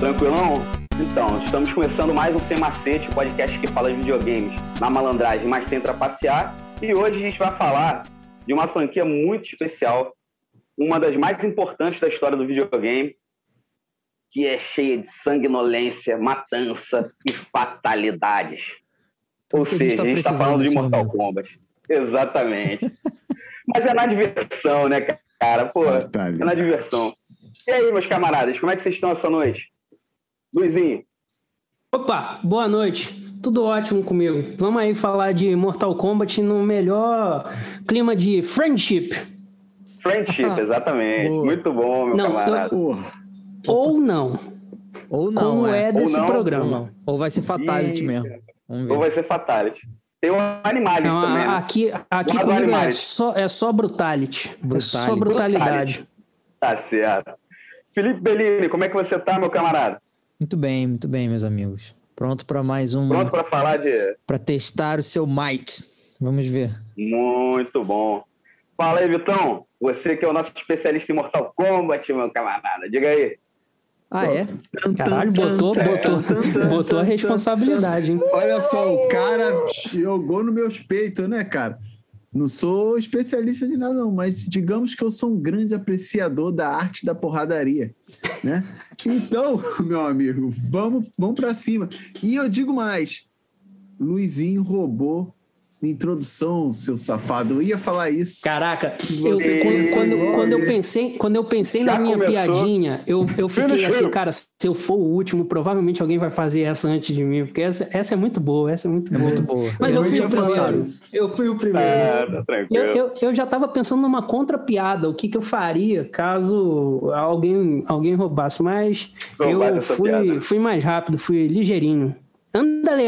Tranquilão? Então, estamos começando mais um Sem Macete, podcast que fala de videogames na malandragem, mas sem trapacear. E hoje a gente vai falar de uma franquia muito especial, uma das mais importantes da história do videogame, que é cheia de sanguinolência, matança e fatalidades. Ou seja, a gente está falando de Mortal Kombat. Exatamente. Mas é na diversão, né, cara? Pô, é na diversão. E aí, meus camaradas, como é que vocês estão essa noite? Luizinho. Opa, boa noite. Tudo ótimo comigo. Vamos aí falar de Mortal Kombat no melhor clima de friendship. Friendship, exatamente. Muito bom, meu camarada. Ou não. Como é desse ou programa. Ou vai ser Fatality mesmo. Ou vai ser Fatality. Tem o Animality também, né? Aqui comigo é só Brutality. É só brutalidade. Tá certo. Felipe Bellini, como é que você tá, meu camarada? Muito bem, meus amigos. Pronto para mais um... Pronto para falar de... Para testar o seu might. Vamos ver. Muito bom. Fala aí, Vitão. Você que é o nosso especialista em Mortal Kombat, meu camarada. Diga aí. Ah, é? Caralho, botou a responsabilidade, hein? Olha só, o cara jogou nos meus peitos, né, cara? Não sou especialista de nada, não, mas digamos que eu sou um grande apreciador da arte da porradaria, né? Então, meu amigo, vamos pra cima. E eu digo mais, Luizinho roubou a introdução, seu safado. Eu ia falar isso. Caraca, quando eu pensei na minha piadinha, eu fiquei assim, cara, se eu for o último, provavelmente alguém vai fazer essa antes de mim, porque essa é muito boa, muito boa. Mas eu fui o primeiro. Tranquilo. Eu já tava pensando numa contra-piada, o que eu faria caso alguém roubasse, mas eu fui mais rápido, fui ligeirinho. Andale.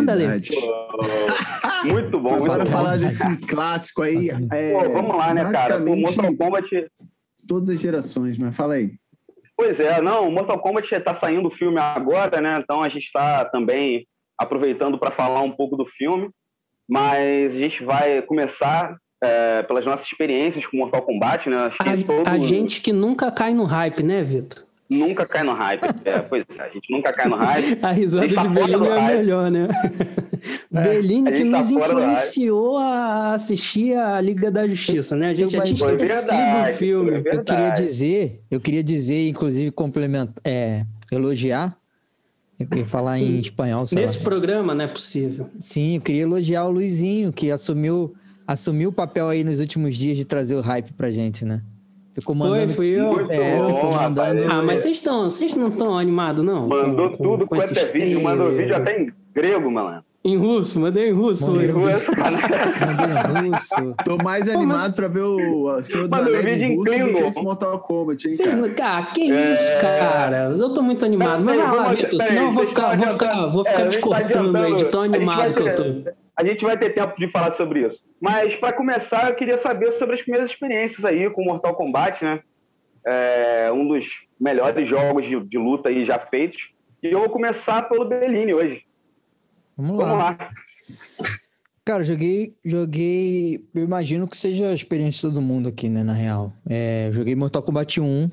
Muito bom. Bora falar desse clássico aí. Vamos lá, né, cara? O Mortal Kombat... Todas as gerações, mas fala aí. Pois é, o Mortal Kombat está saindo o filme agora, né? Então a gente está também aproveitando para falar um pouco do filme, mas a gente vai começar pelas nossas experiências com Mortal Kombat, né? Acho que a gente que nunca cai no hype, né, Vitor? Nunca cai no hype. Pois é, a gente nunca cai no hype. A risada de Bellini é a melhor, né? Bellini que nos influenciou a assistir a Liga da Justiça, né? A gente já tinha esquecido o filme. Eu queria dizer, inclusive, elogiar. Eu queria falar em espanhol. Nesse programa não é possível. Sim, eu queria elogiar o Luizinho, que assumiu o papel aí nos últimos dias de trazer o hype pra gente, né? Ficou mandando... Fui eu. Ficou mandando... mas vocês não estão animados, não? Mandou tudo com esse vídeo. Mandou vídeo até em grego, malandro. Em russo, mandei em russo. Mandei em russo. Tô mais animado pra ver o Senhor do Anéis em russo do que esse Mortal Kombat, hein, cara? Que isso, cara? Eu tô muito animado. Mas vai lá, Vitor, senão eu vou ficar te cortando aí de tão animado que eu tô. A gente vai ter tempo de falar sobre isso. Mas, para começar, eu queria saber sobre as primeiras experiências aí com Mortal Kombat, né? Um dos melhores jogos de luta aí já feitos. E eu vou começar pelo Bellini hoje. Vamos lá. Cara, joguei... Eu imagino que seja a experiência de todo mundo aqui, né, na real. Joguei Mortal Kombat 1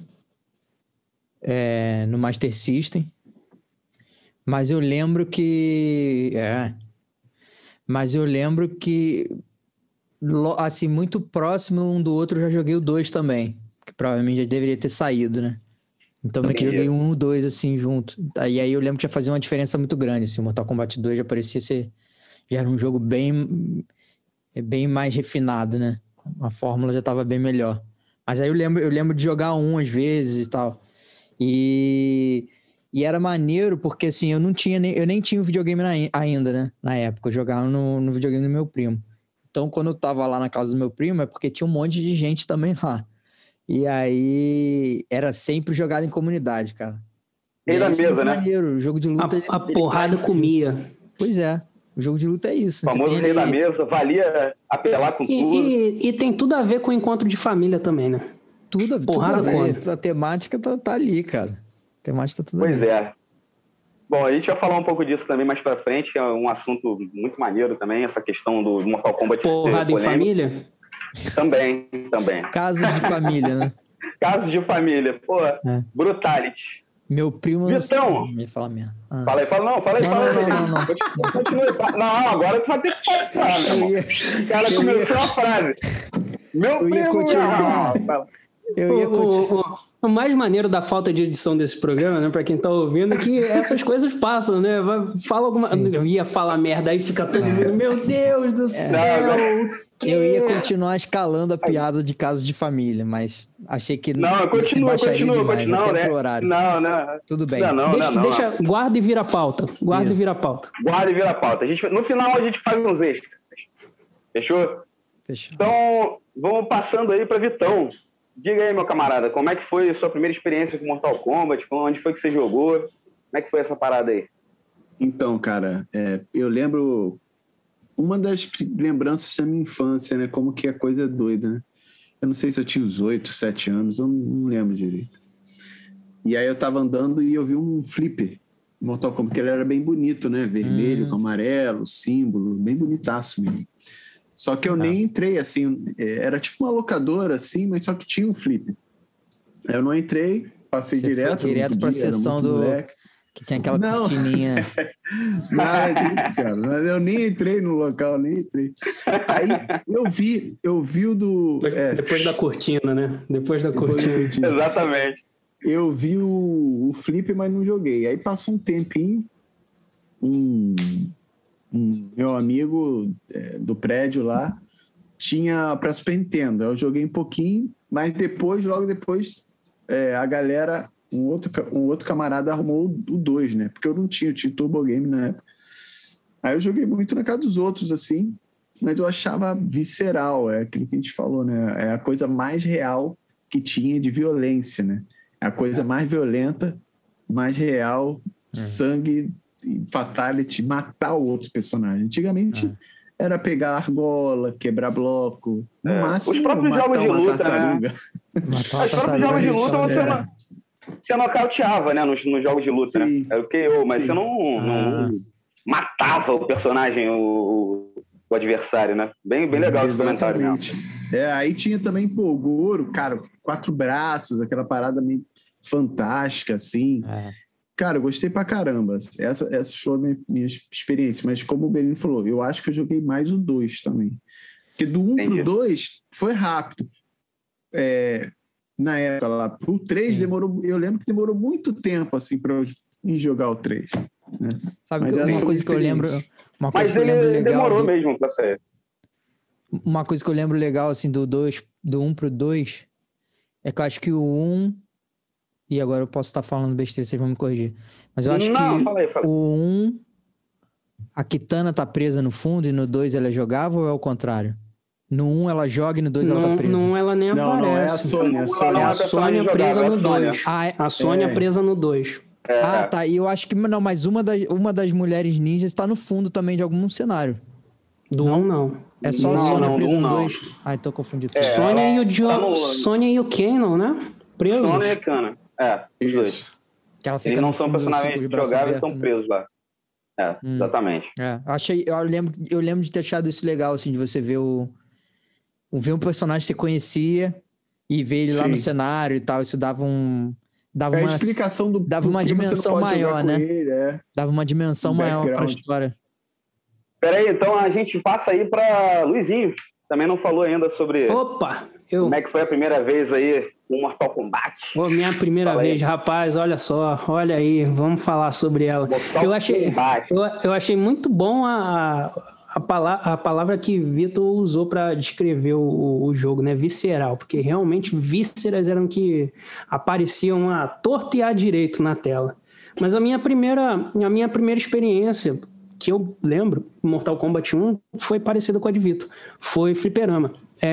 no Master System. Mas eu lembro que... assim, muito próximo um do outro, eu já joguei o 2 também. Que provavelmente já deveria ter saído, né? Então meio que joguei 1 e 2 assim, junto. E aí eu lembro que já fazia uma diferença muito grande, assim. O Mortal Kombat 2 já parecia ser... Já era um jogo bem mais refinado, né? A fórmula já tava bem melhor. Mas aí eu lembro de jogar 1 às vezes e tal. E era maneiro porque, assim, eu nem tinha o videogame ainda, né? Na época, eu jogava no videogame do meu primo. Então, quando eu tava lá na casa do meu primo, é porque tinha um monte de gente também lá. E aí, era sempre jogado em comunidade, cara. E da mesa, né? Maneiro, o jogo de luta... A porrada comia. Pois é, o jogo de luta é isso. O famoso rei da mesa, valia apelar com tudo. E tem tudo a ver com o encontro de família também, né? Tudo a ver. A temática tá ali, cara. A temática tá tudo ali. Pois é. Bom, a gente vai falar um pouco disso também mais pra frente, que é um assunto muito maneiro também, essa questão do Mortal Kombat. Porrada em família? Também. Casos de família, né? Casos de família. Pô, Brutality. Meu primo... Vitão! Me fala mesmo. Fala aí. Não. Continue. Não, agora tu vai ter que falar, meu irmão. O cara começou a frase. Meu primo... Eu ia continuar. O mais maneiro da falta de edição desse programa, né, pra quem tá ouvindo, é que essas coisas passam, né? Fala alguma... Eu ia falar merda, aí fica todo mundo, meu Deus do céu! Eu ia continuar escalando a piada de caso de família, mas achei que continua, né? Pro horário. Não. Tudo bem. Deixa, guarda e vira a pauta. Guarda e vira a pauta. No final a gente faz uns extras. Fechou? Então, vamos passando aí pra Vitão. Diga aí, meu camarada, como é que foi a sua primeira experiência com Mortal Kombat? Onde foi que você jogou? Como é que foi essa parada aí? Então, cara, eu lembro... Uma das lembranças da minha infância, né? Como que a coisa é doida, né? Eu não sei se eu tinha uns 8, 7 anos, eu não lembro direito. E aí eu tava andando e eu vi um flipper Mortal Kombat, que ele era bem bonito, né? Vermelho com amarelo, símbolo, bem bonitaço mesmo. Só que eu nem entrei, assim, era tipo uma locadora, assim, mas só que tinha um flipper. Aí eu não entrei, passei direto pra sessão do... Moleque. Que tinha aquela cortininha. Nada disso, cara. Mas eu nem entrei no local, nem entrei. Aí eu vi o do... Depois da cortina, né? Depois da cortina. Exatamente. Eu vi o flip, mas não joguei. Aí passou um tempinho, meu amigo do prédio lá tinha pra Super Nintendo. Eu joguei um pouquinho, mas logo depois, a galera... Um outro camarada arrumou o 2, né? Porque eu não tinha Turbo Game na época. Aí eu joguei muito na casa dos outros, assim, mas eu achava visceral, aquilo que a gente falou, né? É a coisa mais real que tinha de violência, né? É a coisa mais violenta, mais real, sangue, fatality, matar o outro personagem. Antigamente era pegar argola, quebrar bloco, no máximo os próprios jogos de luta, tartaruga. Né? Os próprios jogos de luta você nocauteava, né, nos jogos de luta, né? Era o KO, mas você não matava o personagem, o adversário, né? Bem legal esse comentário mesmo. Aí tinha também, o Goro, cara, 4 braços, aquela parada meio fantástica, assim. Cara, eu gostei pra caramba. Essas foram minhas experiências, mas como o Belino falou, eu acho que eu joguei mais o 2 também. Porque do 1 pro 2 foi rápido. Na época lá, pro 3 demorou, eu lembro que demorou muito tempo assim para eu ir jogar o 3, né? Sabe que uma coisa que eu lembro, mas ele demorou mesmo para sair. Uma coisa que eu lembro legal assim do 1 pro 2 é que eu acho que o 1, e agora eu posso estar falando besteira, vocês vão me corrigir, mas eu acho que o 1 a Kitana tá presa no fundo e no 2 ela jogava ou é o contrário? No 1 ela joga e no 2 ela tá presa. No 1 ela nem aparece. Não, é a Sônia. É a Sônia presa no 2. A Sônia presa no 2. Tá. E eu acho que... Não, mas uma das mulheres ninjas tá no fundo também de algum cenário. Do 1 não. É só a Sônia presa no 2? Então confundi tudo. Sônia e o Kanon, né? Presos. Sônia e Kanon. Os dois. Que ela fica eles não são personagens jogáveis, estão presos lá. Exatamente. Eu lembro de ter achado isso legal, assim, de você ver ver um personagem que você conhecia e ver ele lá no cenário e tal. Isso dava uma explicação dava uma dimensão maior, né? Dava uma dimensão maior para a história. Peraí, então a gente passa aí para Luizinho. Também não falou ainda sobre como é que foi a primeira vez aí com Mortal Kombat. Minha primeira vez, rapaz, olha só, olha aí, vamos falar sobre ela. Eu achei muito bom a palavra que Vitor usou para descrever o jogo, né? Visceral, porque realmente vísceras eram que apareciam à torta e à direito na tela. Mas a minha primeira experiência, que eu lembro, Mortal Kombat 1, foi parecida com a de Vitor. Foi fliperama.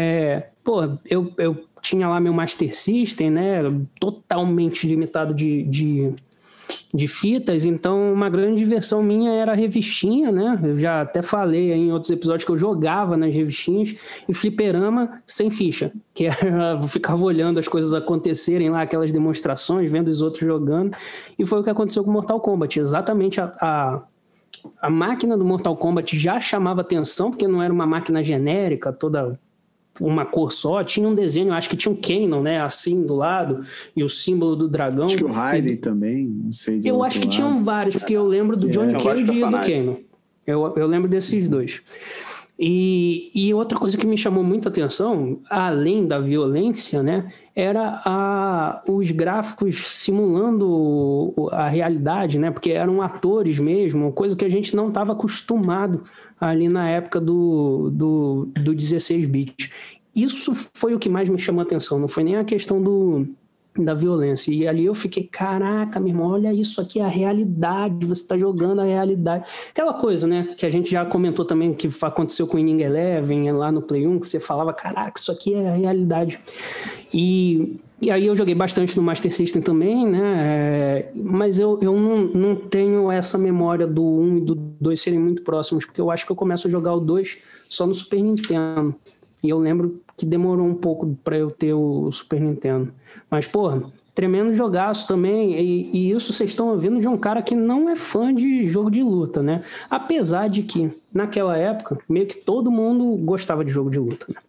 Eu tinha lá meu Master System, né? Totalmente limitado de fitas, então uma grande diversão minha era a revistinha, né? Eu já até falei aí em outros episódios que eu jogava nas revistinhas e fliperama sem ficha, que era, eu ficava olhando as coisas acontecerem lá, aquelas demonstrações, vendo os outros jogando, e foi o que aconteceu com Mortal Kombat. Exatamente a máquina do Mortal Kombat já chamava atenção, porque não era uma máquina genérica, toda uma cor só, tinha um desenho, acho que tinha um Kanon, né, assim do lado, e o símbolo do dragão. Acho que o Raiden também, não sei. Eu acho que tinham vários, porque eu lembro do Johnny Cage e do Kanon. Eu lembro desses dois. E outra coisa que me chamou muita atenção, além da violência, né, era os gráficos simulando a realidade, né, porque eram atores mesmo, coisa que a gente não estava acostumado ali na época do 16 bits. Isso foi o que mais me chamou a atenção, não foi nem a questão da violência. E ali eu fiquei, caraca, meu irmão, olha isso aqui, a realidade, você tá jogando a realidade. Aquela coisa, né, que a gente já comentou também, que aconteceu com o Winning Eleven lá no Play 1, que você falava, caraca, isso aqui é a realidade. E aí eu joguei bastante no Master System também, né, mas eu não tenho essa memória do 1 e do 2 serem muito próximos, porque eu acho que eu começo a jogar o 2 só no Super Nintendo. E eu lembro que demorou um pouco para eu ter o Super Nintendo. Mas, porra, tremendo jogaço também. E isso vocês estão ouvindo de um cara que não é fã de jogo de luta, né? Apesar de que, naquela época, meio que todo mundo gostava de jogo de luta, né?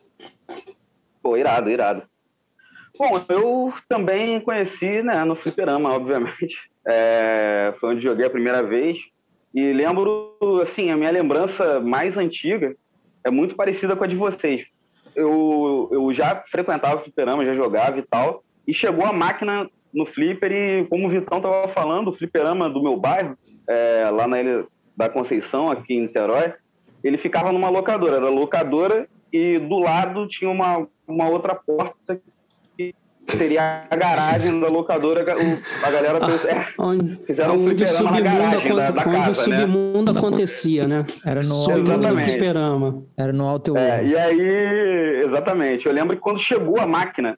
Pô, irado. Bom, eu também conheci, né, no fliperama, obviamente. Foi onde joguei a primeira vez. E lembro, assim, a minha lembrança mais antiga é muito parecida com a de vocês. Eu já frequentava o fliperama, já jogava e tal, e chegou a máquina no flipper e, como o Vitão estava falando, o fliperama do meu bairro, lá na Ilha da Conceição, aqui em Niterói, ele ficava numa locadora, era locadora, e do lado tinha uma outra porta que seria a garagem da locadora. A galera fizeram um fliperama na garagem da casa, onde o submundo acontecia, né? Era no submundo do fliperama. Era no Alto E aí, exatamente. Eu lembro que quando chegou a máquina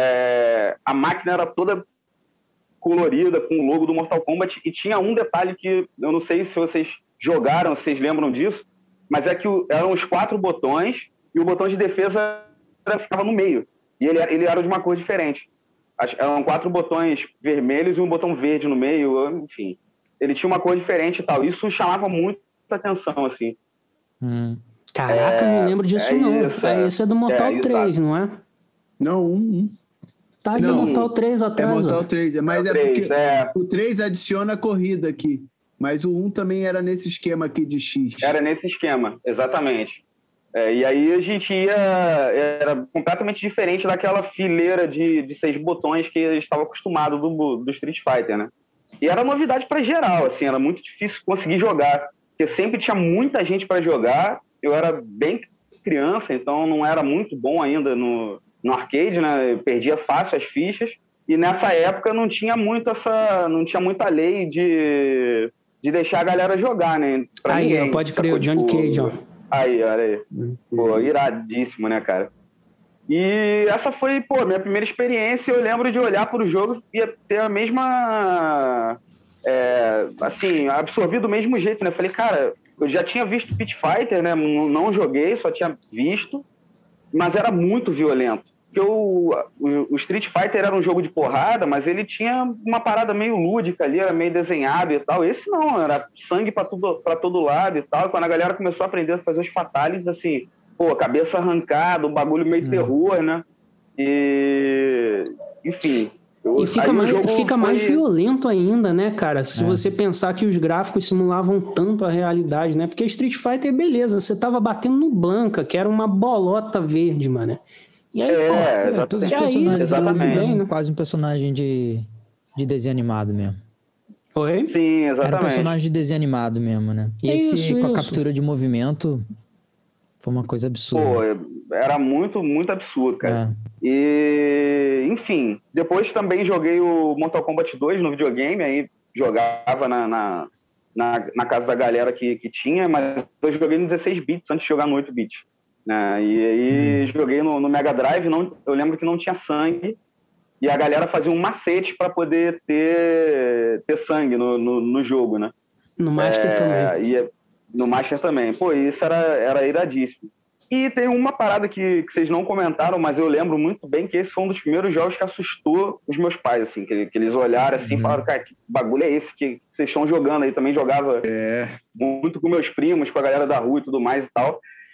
era toda colorida, com o logo do Mortal Kombat, e tinha um detalhe que eu não sei se vocês jogaram, se vocês lembram disso, mas é que eram os 4 botões, e o botão de defesa ficava no meio. E ele era de uma cor diferente. Eram 4 botões vermelhos e um botão verde no meio, enfim. Ele tinha uma cor diferente e tal. Isso chamava muito atenção, assim. Caraca, não lembro disso, não. Esse é do Mortal 3, não é? Não, 1. Tá de Mortal 3 atrás. É Mortal 3, mas porque o 3 adiciona a corrida aqui. Mas o 1 também era nesse esquema aqui de X. Era nesse esquema, exatamente. E aí a gente era completamente diferente daquela fileira de 6 botões que a gente estava acostumado do Street Fighter, né? E era novidade para geral, assim, era muito difícil conseguir jogar, porque sempre tinha muita gente para jogar. Eu era bem criança, então não era muito bom ainda no arcade, né? Eu perdia fácil as fichas, e nessa época não tinha muita lei de deixar a galera jogar, né? Aí, ninguém, pode crer, o Johnny Cage, ó. Aí, olha aí. Pô, iradíssimo, né, cara? E essa foi, minha primeira experiência. Eu lembro de olhar para o jogo e ter a mesma... assim, absorvido do mesmo jeito, né? Falei, cara, eu já tinha visto Pit Fighter, né? Não joguei, só tinha visto, mas era muito violento. Porque o Street Fighter era um jogo de porrada, mas ele tinha uma parada meio lúdica ali, era meio desenhado e tal. Esse não, era sangue pra todo lado e tal. Quando a galera começou a aprender a fazer os fatalities, assim, cabeça arrancada, um bagulho meio terror, né? E... enfim... E fica mais violento ainda, né, cara? Se você pensar que os gráficos simulavam tanto a realidade, né? Porque Street Fighter, beleza, você tava batendo no Blanca, que era uma bolota verde, mano. E aí, todos os personagens eram quase um personagem de desenho animado mesmo. Oi? Sim, exatamente. Era um personagem de desenho animado mesmo, né? E com a captura de movimento, foi uma coisa absurda. Era muito, muito absurdo, cara. E, enfim, depois também joguei o Mortal Kombat 2 no videogame, aí jogava na casa da galera que tinha, mas eu joguei no 16 bits antes de jogar no 8 bits. Né? E aí joguei no Mega Drive, eu lembro que não tinha sangue, e a galera fazia um macete para poder ter sangue no jogo, né? No Master também. No Master também. Isso era iradíssimo. E tem uma parada que vocês não comentaram, mas eu lembro muito bem que esse foi um dos primeiros jogos que assustou os meus pais, assim, que eles olharam assim e falaram, cara, que bagulho é esse que vocês estão jogando aí? Também jogava muito com meus primos, com a galera da rua e tudo mais e tal.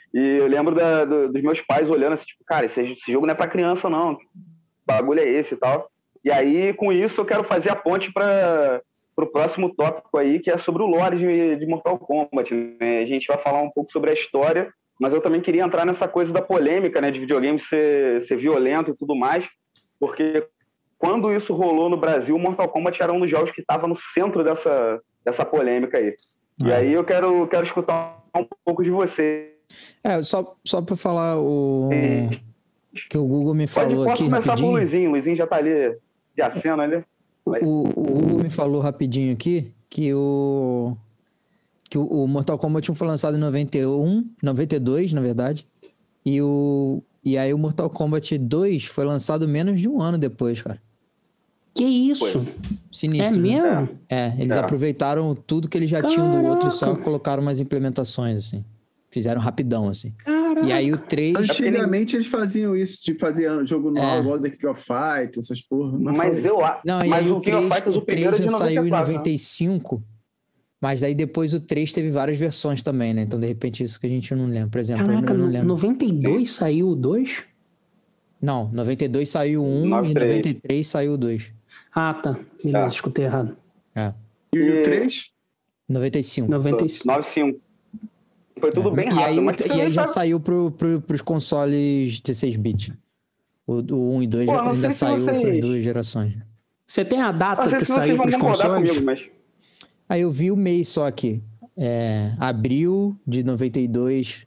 E eu lembro dos meus pais olhando assim, tipo, cara, esse jogo não é pra criança, não. Que bagulho é esse e tal. E aí, com isso, eu quero fazer a ponte para o próximo tópico aí, que é sobre o lore de Mortal Kombat, né? A gente vai falar um pouco sobre a história, mas eu também queria entrar nessa coisa da polêmica, né, de videogame ser violento e tudo mais, porque quando isso rolou no Brasil, o Mortal Kombat era um dos jogos que estava no centro dessa polêmica aí. E aí eu quero escutar um pouco de você. Só para falar que o Google me falou aqui rapidinho. Pode começar com o Luizinho já tá ali de aceno ali. O Google me falou rapidinho aqui que o Mortal Kombat 1 foi lançado em 92, na verdade, e aí o Mortal Kombat 2 foi lançado menos de um ano depois, cara. Que isso? Sinistro. É mesmo? Né? Eles aproveitaram tudo que eles já tinham do outro e só colocaram umas implementações, assim. Fizeram rapidão, assim. Caraca. E aí o 3... Antigamente eles faziam isso, de fazer jogo novo, igual The King of Fight, essas porra. Mas eu acho... Não, e aí o 3 já saiu em 95, mas aí depois o 3 teve várias versões também, né? Então, de repente, isso que a gente não lembra. Por exemplo, caraca, eu não lembro. 92 saiu o 2? Não, 92 saiu o 1 e 93 saiu o 2. Ah, tá. Beleza, escutei errado. E o 3? 95. 95. Foi tudo bem rápido. E aí já saiu pros consoles 16-bit. O 1 e 2 ainda saiu pras duas gerações. Você tem a data que saiu pros consoles? Comigo, mas... Aí eu vi o mês só aqui. Abril de 92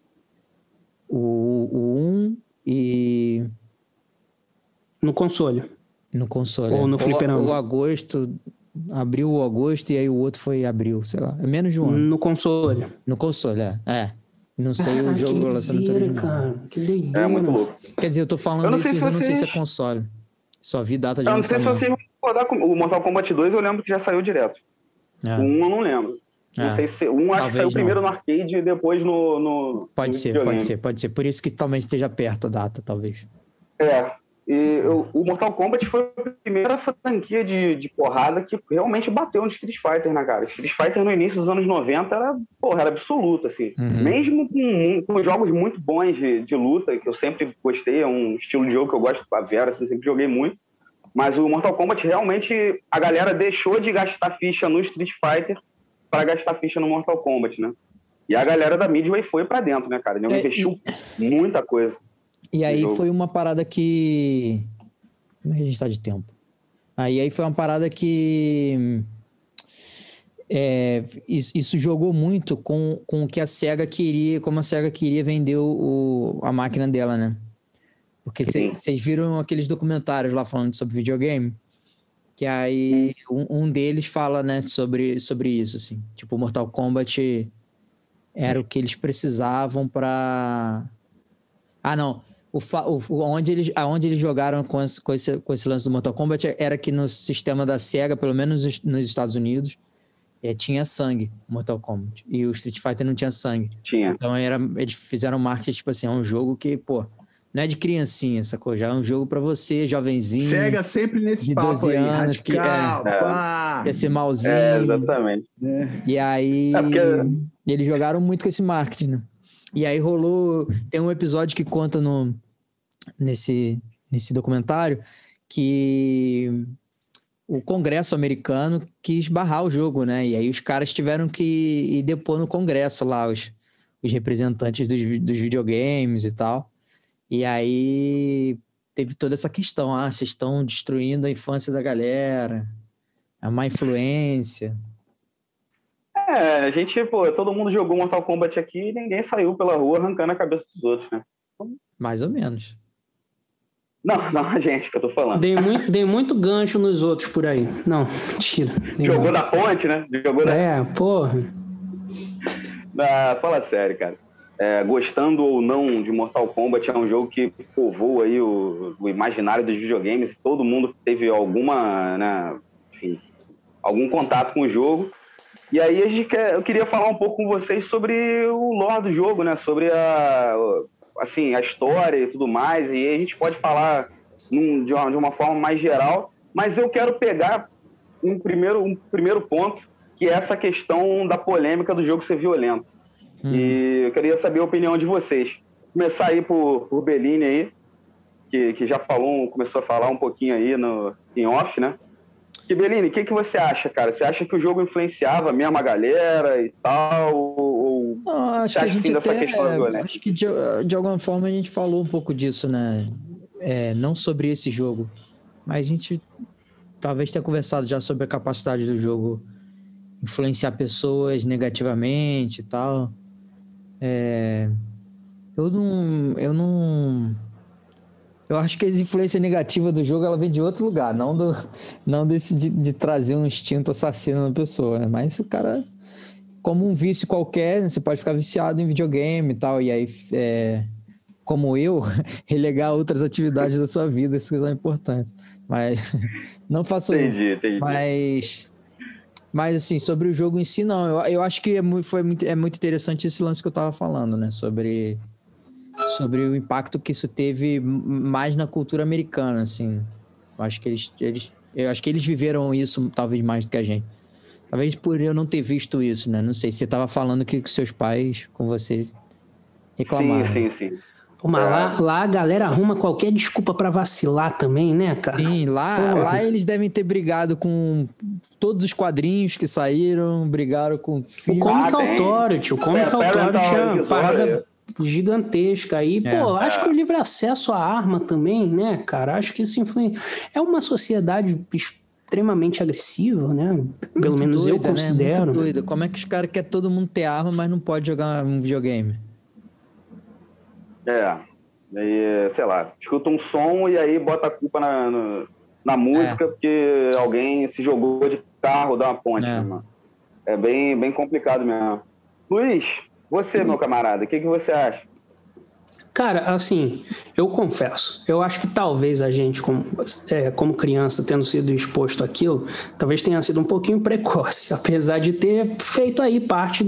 o 1 e... No console. No console. Ou no fliperama. O agosto... Abril ou agosto, e aí o outro foi abril, sei lá. É menos de um ano. No console. No console, Não sei o jogo lançamento original. Cara, que doideira. É muito louco. Quer dizer, eu tô falando isso, mas eu não sei se é console. Só vi data de lançamento. Eu não sei se vocês vão concordar com o Mortal Kombat 2, eu lembro que já saiu direto. O 1 eu não lembro. Não sei se... Um acho que saiu primeiro no arcade e depois no pode ser. Por isso que talvez esteja perto a data, talvez. E o Mortal Kombat foi a primeira franquia de porrada que realmente bateu no Street Fighter, né, cara? Street Fighter no início dos anos 90 era absoluto, assim. Uhum. Mesmo com jogos muito bons de luta, que eu sempre gostei, é um estilo de jogo que eu gosto com a Vera, assim, sempre joguei muito. Mas o Mortal Kombat, realmente, a galera deixou de gastar ficha no Street Fighter para gastar ficha no Mortal Kombat, né? E a galera da Midway foi pra dentro, né, cara? Investiu muita coisa. E aí foi uma parada que... Como é que a gente tá de tempo? Aí foi uma parada que... Isso jogou muito com o que a SEGA queria, como a SEGA queria vender a máquina dela, né? Porque vocês viram aqueles documentários lá falando sobre videogame? Que aí um deles fala, né, sobre isso, assim. Tipo, o Mortal Kombat era o que eles precisavam pra... não. Aonde eles jogaram com esse lance do Mortal Kombat era que no sistema da SEGA, pelo menos nos Estados Unidos, tinha sangue, Mortal Kombat. E o Street Fighter não tinha sangue. Então eles fizeram marketing, tipo assim, é um jogo que, pô, não é de criancinha essa coisa, já é um jogo pra você, jovenzinho. SEGA sempre nesse de 12 papo anos, aí, radical, quer ser malzinho. Exatamente. E aí eles jogaram muito com esse marketing, né? E aí rolou... Tem um episódio que conta nesse documentário que o Congresso americano quis barrar o jogo, né? E aí os caras tiveram que ir depor no Congresso lá, os representantes dos videogames e tal. E aí teve toda essa questão. Vocês estão destruindo a infância da galera, a má influência... A gente, todo mundo jogou Mortal Kombat aqui e ninguém saiu pela rua arrancando a cabeça dos outros, né? Mais ou menos. Não, a gente que eu tô falando. Dei muito gancho nos outros por aí. Não, mentira. Jogou da ponte, né? Porra. Fala sério, cara. Gostando ou não de Mortal Kombat, é um jogo que povoa aí o imaginário dos videogames. Todo mundo teve alguma, né, enfim, algum contato com o jogo. E aí eu queria falar um pouco com vocês sobre o lore do jogo, né? Sobre a história e tudo mais. E aí a gente pode falar de uma forma mais geral. Mas eu quero pegar um primeiro ponto, que é essa questão da polêmica do jogo ser violento. E eu queria saber a opinião de vocês. Começar aí por Bellini aí, que já começou a falar um pouquinho aí em off, né? E Bellini, o que você acha, cara? Você acha que o jogo influenciava mesmo a galera e tal? Não, acho que a gente acho que de alguma forma a gente falou um pouco disso, né? Não sobre esse jogo, mas a gente talvez tenha conversado já sobre a capacidade do jogo influenciar pessoas negativamente e tal. Eu acho que a influência negativa do jogo ela vem de outro lugar, não desse de trazer um instinto assassino na pessoa, né? Mas o cara, como um vício qualquer, né? Você pode ficar viciado em videogame e tal, e aí, como eu, relegar outras atividades da sua vida, isso são importantes. Mas não faço isso. Entendi. Mas assim, sobre o jogo em si, não. Eu acho que é muito interessante esse lance que eu tava falando, né? Sobre o impacto que isso teve mais na cultura americana, assim. Eu acho que eles viveram isso talvez mais do que a gente. Talvez por eu não ter visto isso, né? Não sei, você tava falando que seus pais com você reclamaram. Sim. Pô, mas lá a galera arruma qualquer desculpa pra vacilar também, né, cara? Sim, lá eles devem ter brigado com todos os quadrinhos que saíram, brigaram com filme. O Comic Authority tinha uma parada gigantesca aí. Acho que o livre acesso à arma também, né, cara? Acho que isso influencia. É uma sociedade extremamente agressiva, né? Pelo menos eu considero. Né? Muito doida. Como é que os caras querem todo mundo ter arma, mas não pode jogar um videogame? Aí, sei lá, escuta um som e aí bota a culpa na música porque alguém se jogou de carro da uma ponte, mano. É bem complicado mesmo. Luiz, você, meu camarada, o que você acha? Cara, assim, eu confesso, eu acho que talvez a gente, como criança, tendo sido exposto àquilo, talvez tenha sido um pouquinho precoce, apesar de ter feito aí parte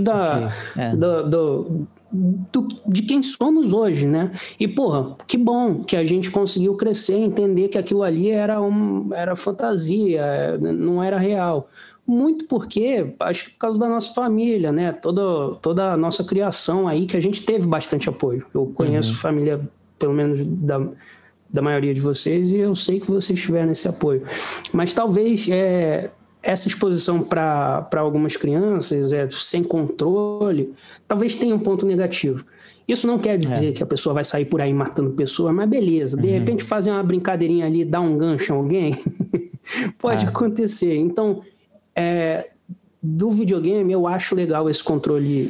de quem somos hoje, né? E, porra, que bom que a gente conseguiu crescer e entender que aquilo ali era fantasia, não era real. Muito porque, acho que por causa da nossa família, né? Toda a nossa criação aí, que a gente teve bastante apoio. Eu conheço família, pelo menos da maioria de vocês, e eu sei que vocês tiveram esse apoio. Mas talvez essa exposição para algumas crianças, sem controle, talvez tenha um ponto negativo. Isso não quer dizer que a pessoa vai sair por aí matando pessoas, mas beleza. De repente fazer uma brincadeirinha ali, dar um gancho em alguém, pode acontecer. Então, do videogame, eu acho legal esse controle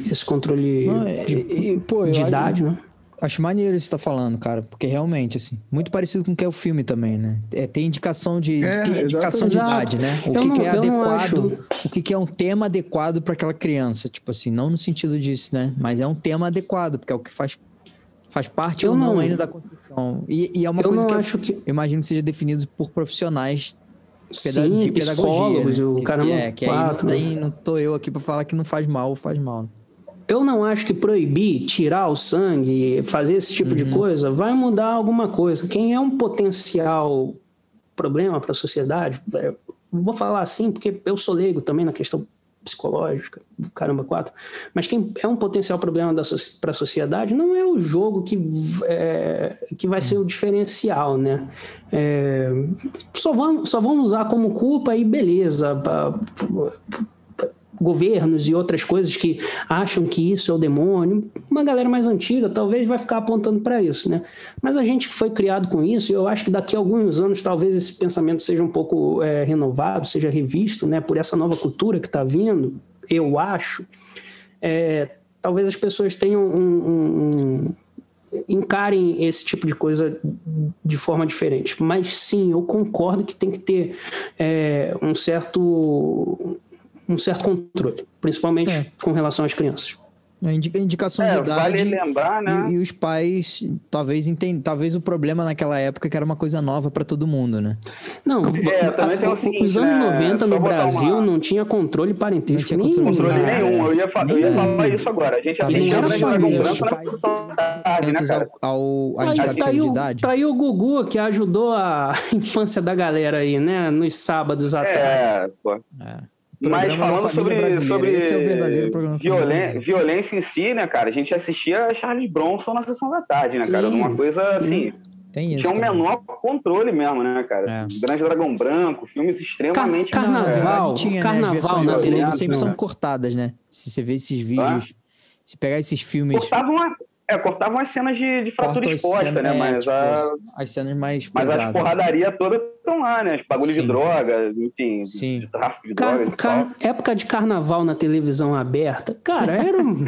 de idade, né? Acho maneiro isso que você tá falando, cara, porque realmente, assim, muito parecido com o que é o filme também, né? Tem indicação de idade, né? O que é adequado, o que é um tema adequado para aquela criança, tipo assim, não no sentido disso, né? Mas é um tema adequado, porque é o que faz parte ou não ainda da construção. E é uma coisa que eu imagino que seja definido por profissionais de pedagogia, né? O caramba, não tô eu aqui para falar que não faz mal ou faz mal. Eu não acho que proibir, tirar o sangue, fazer esse tipo de coisa, vai mudar alguma coisa. Quem é um potencial problema para a sociedade, vou falar assim porque eu sou leigo também na questão psicológica, caramba, 4, mas quem é um potencial problema para a sociedade não é o jogo que vai ser o diferencial, né? Só vão usar como culpa e beleza, governos e outras coisas que acham que isso é o demônio. Uma galera mais antiga talvez vai ficar apontando para isso, né? Mas a gente que foi criado com isso, eu acho que daqui a alguns anos talvez esse pensamento seja um pouco renovado, seja revisto, né? Por essa nova cultura que está vindo, eu acho. Talvez as pessoas tenham encarem esse tipo de coisa de forma diferente. Mas sim, eu concordo que tem que ter um certo controle, principalmente com relação às crianças. A indicação de idade, vale lembrar, né? E os pais talvez o problema naquela época que era uma coisa nova para todo mundo, né? Não, os anos 90 no Brasil não tinha controle parentesco nenhum. Eu ia falar isso agora. A gente era só isso. A indicação de idade. Tá aí o Gugu, que ajudou a infância da galera aí, né? Nos sábados à tarde. Mas falando sobre esse é o verdadeiro programa violência em si, né, cara? A gente assistia Charles Bronson na sessão da tarde, né, cara? Uma coisa assim. Tinha um menor controle mesmo, né, cara? Grande Dragão Branco, filmes extremamente... Carnaval na Globo sempre são cortadas, né? Se você vê esses vídeos, se pegar esses filmes... Cortavam as cenas de fratura exposta, né? Mas as cenas mais pesadas. Mas as porradarias todas estão lá, né? Os bagulhos de droga, enfim, de tráfico de drogas e tal. Época de carnaval na televisão aberta, cara, era um...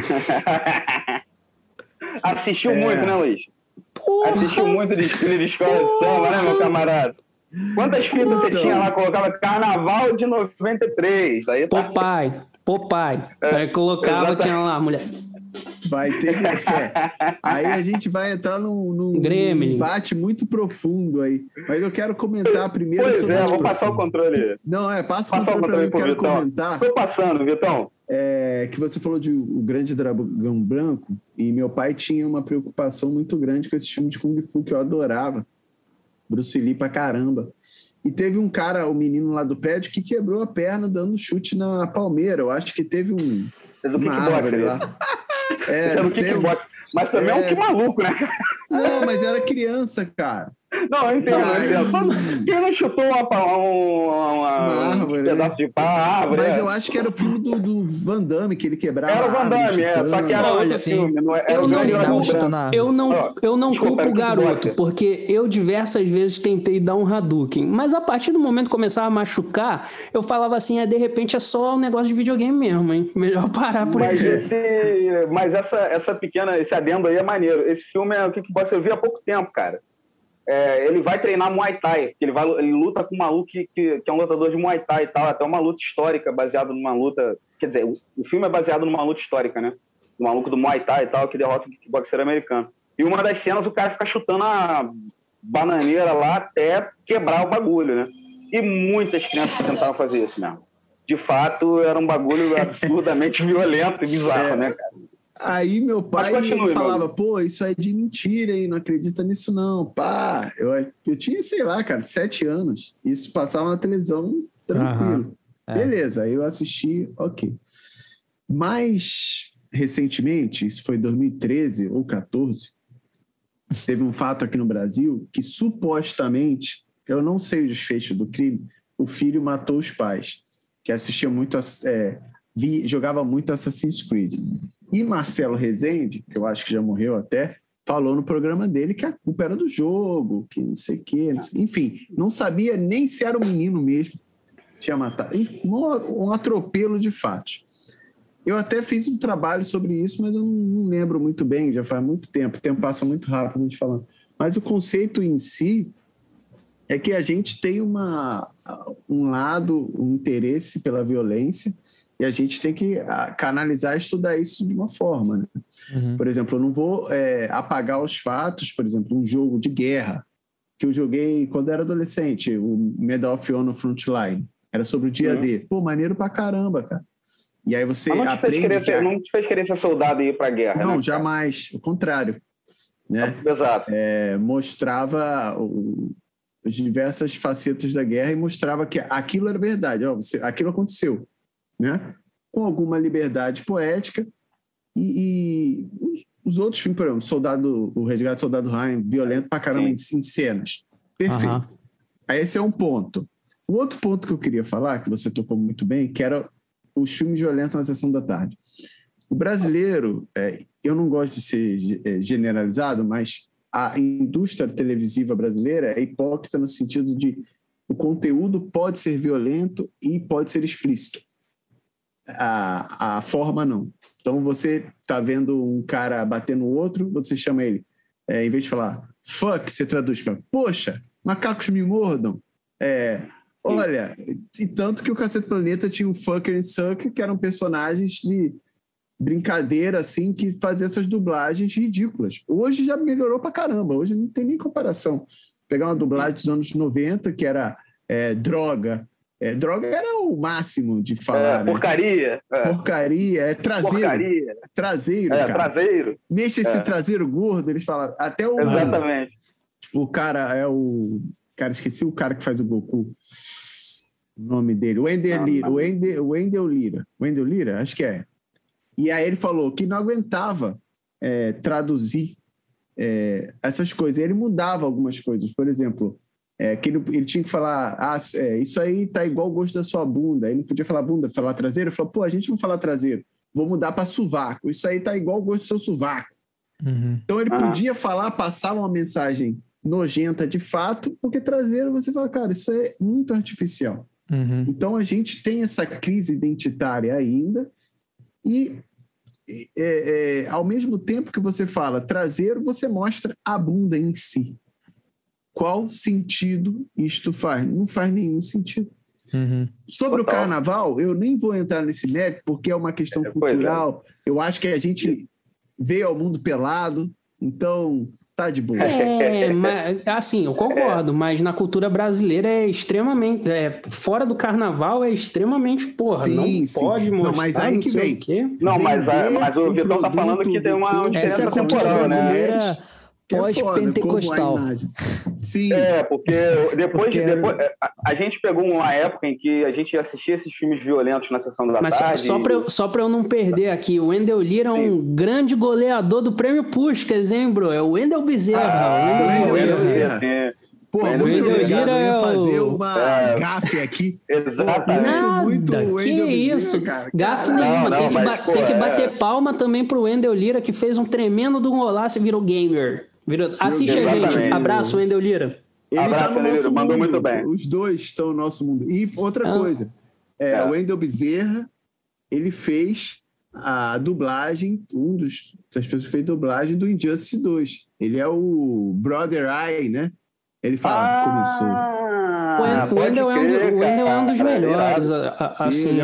Assistiu muito, né, Luiz? Porra. Assistiu muito desfile de escola de samba, né, meu camarada? Quantas fitas você tinha lá? Colocava Carnaval de 93. Aí tá... Popeye. Aí colocava, tinha lá a mulher... Vai ter... Aí a gente vai entrar num debate muito profundo aí. Mas eu quero comentar primeiro sobre... Pois vou passar o controle. Não, passa o controle pra mim, eu quero comentar. Tô passando, Vitão. Que você falou de O Grande Dragão Branco, e meu pai tinha uma preocupação muito grande com esse filme de Kung Fu que eu adorava. Bruce Lee pra caramba. E teve um cara, o menino lá do prédio, que quebrou a perna dando chute na palmeira. Eu acho que teve uma árvore lá. Mas também que maluco, né? Não, mas era criança, cara. Não, eu entendo. Quem não chutou uma árvore, pedaço de árvore? Mas eu acho que era o filme do Van Damme, que ele quebrava. Era o Van Damme, só que era outro filme. Eu não culpo o garoto, porque eu diversas vezes tentei dar um Hadouken, mas a partir do momento que começava a machucar, eu falava assim, de repente é só um negócio de videogame mesmo, hein? Melhor parar por aí. Mas esse adendo aí é maneiro. Esse filme é o que você viu há pouco tempo, cara. Ele vai treinar Muay Thai, ele luta com um maluco que é um lutador de Muay Thai e tal, até uma luta histórica baseada numa luta... Quer dizer, o filme é baseado numa luta histórica, né? Um maluco do Muay Thai e tal, que derrota o kickboxer americano. E uma das cenas, o cara fica chutando a bananeira lá até quebrar o bagulho, né? E muitas crianças tentaram fazer isso mesmo. De fato, era um bagulho absurdamente violento e bizarro, né, cara? Aí meu pai falava, pô, isso é de mentira, hein? Não acredita nisso não, pá. Eu tinha, sei lá, cara, 7 anos. Isso passava na televisão tranquilo. Beleza, aí eu assisti, ok. Mas, recentemente, isso foi 2013 ou 2014, teve um fato aqui no Brasil que supostamente, eu não sei o desfecho do crime, o filho matou os pais, que assistia muito, jogava muito Assassin's Creed. E Marcelo Rezende, que eu acho que já morreu até, falou no programa dele que a culpa era do jogo, que não sei o quê. Enfim, não sabia nem se era o menino mesmo que tinha matado. Um atropelo de fatos. Eu até fiz um trabalho sobre isso, mas eu não lembro muito bem, já faz muito tempo. O tempo passa muito rápido a gente falando. Mas o conceito em si é que a gente tem um lado, um interesse pela violência, e a gente tem que canalizar e estudar isso de uma forma, né? Por exemplo, eu não vou apagar os fatos, por exemplo, um jogo de guerra que eu joguei quando era adolescente, o Medal of Honor Frontline, era sobre o dia D. Pô, maneiro pra caramba, cara. E aí você aprende... Não te fez querer ser soldado e ir pra guerra, não, né? Jamais. O contrário. Né? Exato. Mostrava as diversas facetas da guerra e mostrava que aquilo era verdade. Aquilo aconteceu. Né? Com alguma liberdade poética e os outros filmes, por exemplo, O Resgate do Soldado Ryan, violento pra caramba em cenas. Perfeito. Aí esse é um ponto. O outro ponto que eu queria falar, que você tocou muito bem, que era os filmes violentos na sessão da tarde. O brasileiro, eu não gosto de ser generalizado, mas a indústria televisiva brasileira é hipócrita no sentido de o conteúdo pode ser violento e pode ser explícito. A forma não. Então você tá vendo um cara bater no outro, você chama ele, em vez de falar fuck, você traduz para poxa, macacos me mordam. Olha, e tanto que o Cacete Planeta tinha um Fucker e Sucker, que eram personagens de brincadeira, assim, que faziam essas dublagens ridículas. Hoje já melhorou pra caramba, hoje não tem nem comparação. Pegar uma dublagem dos anos 90, que era droga. Droga era o máximo de falar. Porcaria. Né? Porcaria, traseiro. Porcaria. Traseiro, cara. Traseiro. Mexa esse traseiro gordo, eles falam. Até o... Exatamente. O cara Cara, esqueci o cara que faz o Goku. o nome dele, Wendell Lira, acho que é. E aí ele falou que não aguentava traduzir essas coisas. Ele mudava algumas coisas. Por exemplo, que ele tinha que falar, isso aí tá igual o gosto da sua bunda. Ele não podia falar bunda, falar traseiro. Ele falou, pô, a gente não fala traseiro, vou mudar para sovaco. Isso aí tá igual o gosto do seu sovaco. Uhum. Então ele podia falar, passar uma mensagem nojenta de fato, porque traseiro você fala, cara, isso é muito artificial. Uhum. Então a gente tem essa crise identitária ainda e ao mesmo tempo que você fala traseiro, você mostra a bunda em si. Qual sentido isto faz? Não faz nenhum sentido. Uhum. Sobre o carnaval, eu nem vou entrar nesse mérito, porque é uma questão cultural. Eu acho que a gente veio ao mundo pelado, então tá de boa. Mas, assim, eu concordo, mas na cultura brasileira é extremamente... fora do carnaval é extremamente, sim, pode mostrar, mas aí que vem. Não, mas o Vitão tá falando que tem uma essa é a cultura brasileira... Né? Pós-pentecostal. Sim. Porque depois a gente pegou uma época em que a gente assistia esses filmes violentos na sessão da tarde. Mas só pra eu não perder aqui, o Wendell Lira é um grande goleador do Prêmio Puskás, hein, bro? É o Wendell Bezerra. O Wendell Bezerra. Pô, muito obrigado. Eu ia fazer uma gafe aqui. Exatamente. Nada, que isso. Gafe nenhuma. Tem que bater palma também pro Wendell Lira, que fez um tremendo do golaço e virou gamer. Assiste a gente. Abraço, Wendell Lira. Ele tá no nosso mundo. Mandou muito bem. Os dois estão no nosso mundo. E outra coisa, o Wendell Bezerra, ele fez a dublagem, das pessoas que fez dublagem do Injustice 2. Ele é o Brother Eye, né? Ele fala, começou. O Wendell é um dos melhores. Assim,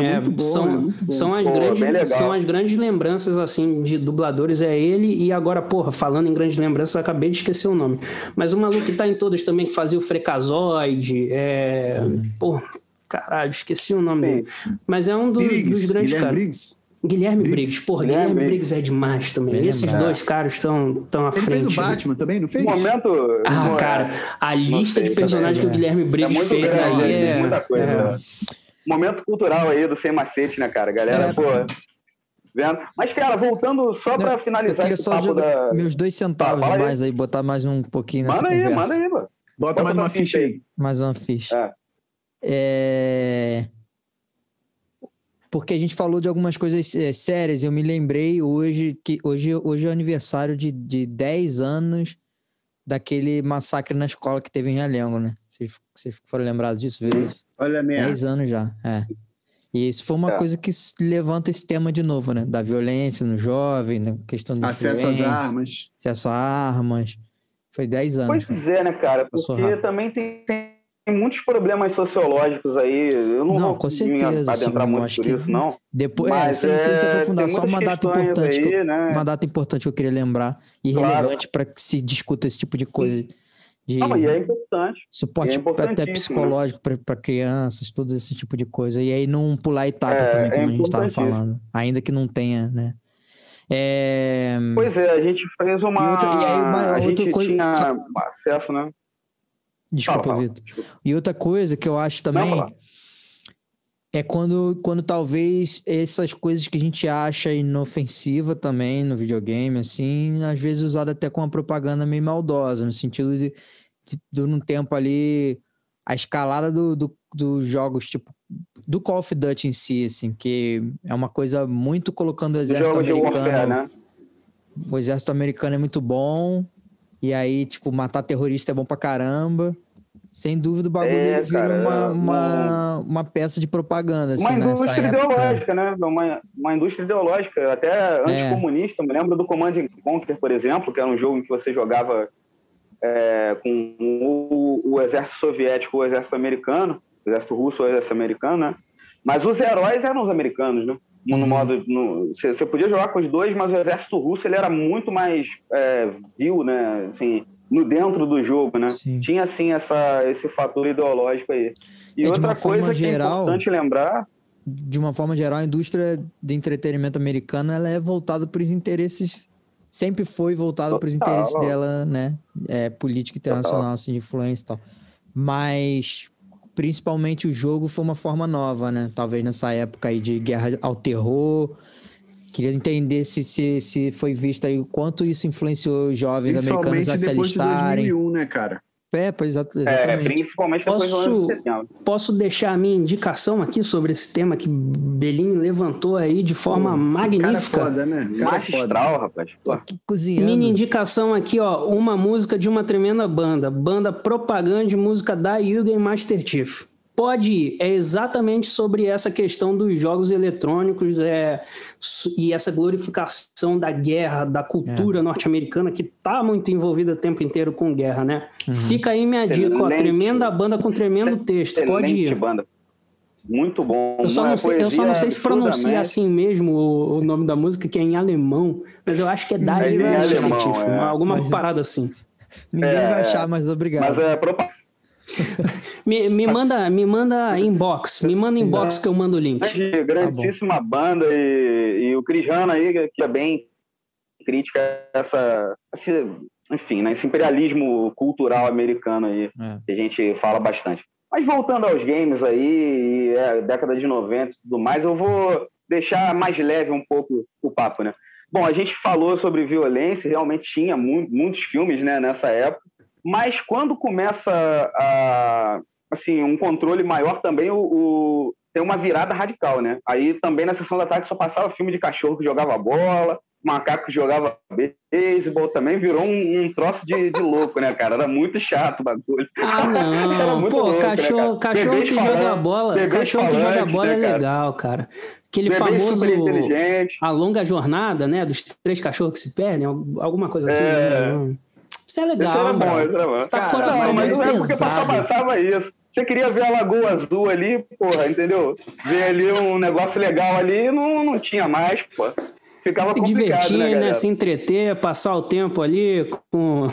são as grandes lembranças assim, de dubladores, é ele. E agora, falando em grandes lembranças, acabei de esquecer o nome. Mas o maluco que tá em todas também, que fazia o Freakazoid. Caralho, esqueci o nome dele. Mas é um dos grandes caras. Guilherme Briggs. Guilherme Briggs é demais também. Esses dois caras estão à frente. Ele fez o Batman também, não fez? Cara, a lista de personagens que o Guilherme Briggs fez aí é... muita coisa. Momento cultural aí do Sem Macete, né, cara? Galera, vendo? Mas, cara, voltando só pra finalizar... Eu queria só jogar meus 2 centavos mais aí, botar mais um pouquinho nessa conversa. Manda aí, mano. Bota mais uma ficha aí. Mais uma ficha. Porque a gente falou de algumas coisas sérias, eu me lembrei hoje que hoje é o aniversário de 10 anos daquele massacre na escola que teve em Realengo, né? Vocês foram lembrados disso, viu isso? Olha mesmo. 10 anos já, E isso foi uma coisa que levanta esse tema de novo, né? Da violência no jovem, na questão do acesso às armas. Acesso a armas. Foi 10 anos. Pois é, né, cara? Porque também tem muitos problemas sociológicos aí. Eu não vou com certeza, adentrar muito por isso, não. Depois, sem se aprofundar, só uma data importante. Uma data importante que eu queria lembrar e relevante para que se discuta esse tipo de coisa. E é importante. Suporte até psicológico para crianças, todo esse tipo de coisa. E aí não pular etapa também, como a gente estava falando. Ainda que não tenha, né? Pois é, a gente fez uma... a gente tinha acesso, né? Desculpa, Vitor. E outra coisa que eu acho também é quando talvez essas coisas que a gente acha inofensiva também no videogame, assim, às vezes usada até com uma propaganda meio maldosa, no sentido de num tempo ali, a escalada dos jogos, tipo, do Call of Duty em si, assim, que é uma coisa muito colocando o exército americano... Warfare, né? O exército americano é muito bom, e aí, tipo, matar terrorista é bom pra caramba. Sem dúvida, o bagulho vira uma peça de propaganda. Assim, uma indústria ideológica, né? Uma indústria ideológica, até anticomunista. Me lembro do Command & Conquer, por exemplo, que era um jogo em que você jogava com o exército soviético ou o exército americano, o exército russo ou o exército americano, né? Mas os heróis eram os americanos, né? Você podia jogar com os dois, mas o exército russo ele era muito mais vil, né? Assim, dentro do jogo, né? Sim. Tinha, assim, esse fator ideológico aí. E outra coisa que é importante lembrar... De uma forma geral, a indústria de entretenimento americana, ela é voltada para os interesses... Sempre foi voltada para os interesses dela, né? Política internacional, assim, de influência e tal. Mas principalmente o jogo foi uma forma nova, né? Talvez nessa época aí de guerra ao terror. Queria entender se foi visto aí o quanto isso influenciou os jovens americanos a se alistarem. Principalmente depois de 2001, né, cara? Exatamente. Principalmente depois do ano de setembro. Posso deixar a minha indicação aqui sobre esse tema que Belinho levantou aí de forma magnífica. Cara foda, né? Magistral, rapaz. Tô aqui cozinhando. Minha indicação aqui, ó, uma música de uma tremenda banda propaganda de música da Yugen Master Chief. Pode ir, é exatamente sobre essa questão dos jogos eletrônicos e essa glorificação da guerra, da cultura norte-americana que tá muito envolvida o tempo inteiro com guerra, né? Fica aí minha dica, ó, tremenda banda com tremendo texto, pode ir. Banda. Muito bom. Eu só não sei se pronuncia assim mesmo o nome da música, que é em alemão, mas eu acho que é da alguma parada assim. Ninguém vai achar, mas obrigado. Mas é propaganda. Me manda inbox. Me manda inbox que eu mando o link. Grandíssima banda e o Cris Hanna aí, que é bem crítica a esse imperialismo cultural americano aí, que a gente fala bastante. Mas voltando aos games aí, década de 90 e tudo mais, eu vou deixar mais leve um pouco o papo, né? Bom, a gente falou sobre violência, realmente tinha muitos filmes, né, nessa época. Mas quando começa um controle maior também, tem uma virada radical, né? Aí também na sessão da tarde só passava filme de cachorro que jogava bola, macaco que jogava beisebol, também virou um troço de louco, né, cara? Era muito chato o bagulho. Ah, não. Era muito louco, cachorro que joga bola, é legal, cara. Aquele famoso A Longa Jornada, né? Dos 3 cachorros que se perdem, alguma coisa assim. Né? Isso é legal, mano. Você tá com o coração muito pesado. Porque passava isso. Você queria ver a Lagoa Azul ali, porra, entendeu? Ver ali um negócio legal ali, não tinha mais, pô. Ficava se complicado, divertir, né? Se entreter, passar o tempo ali com...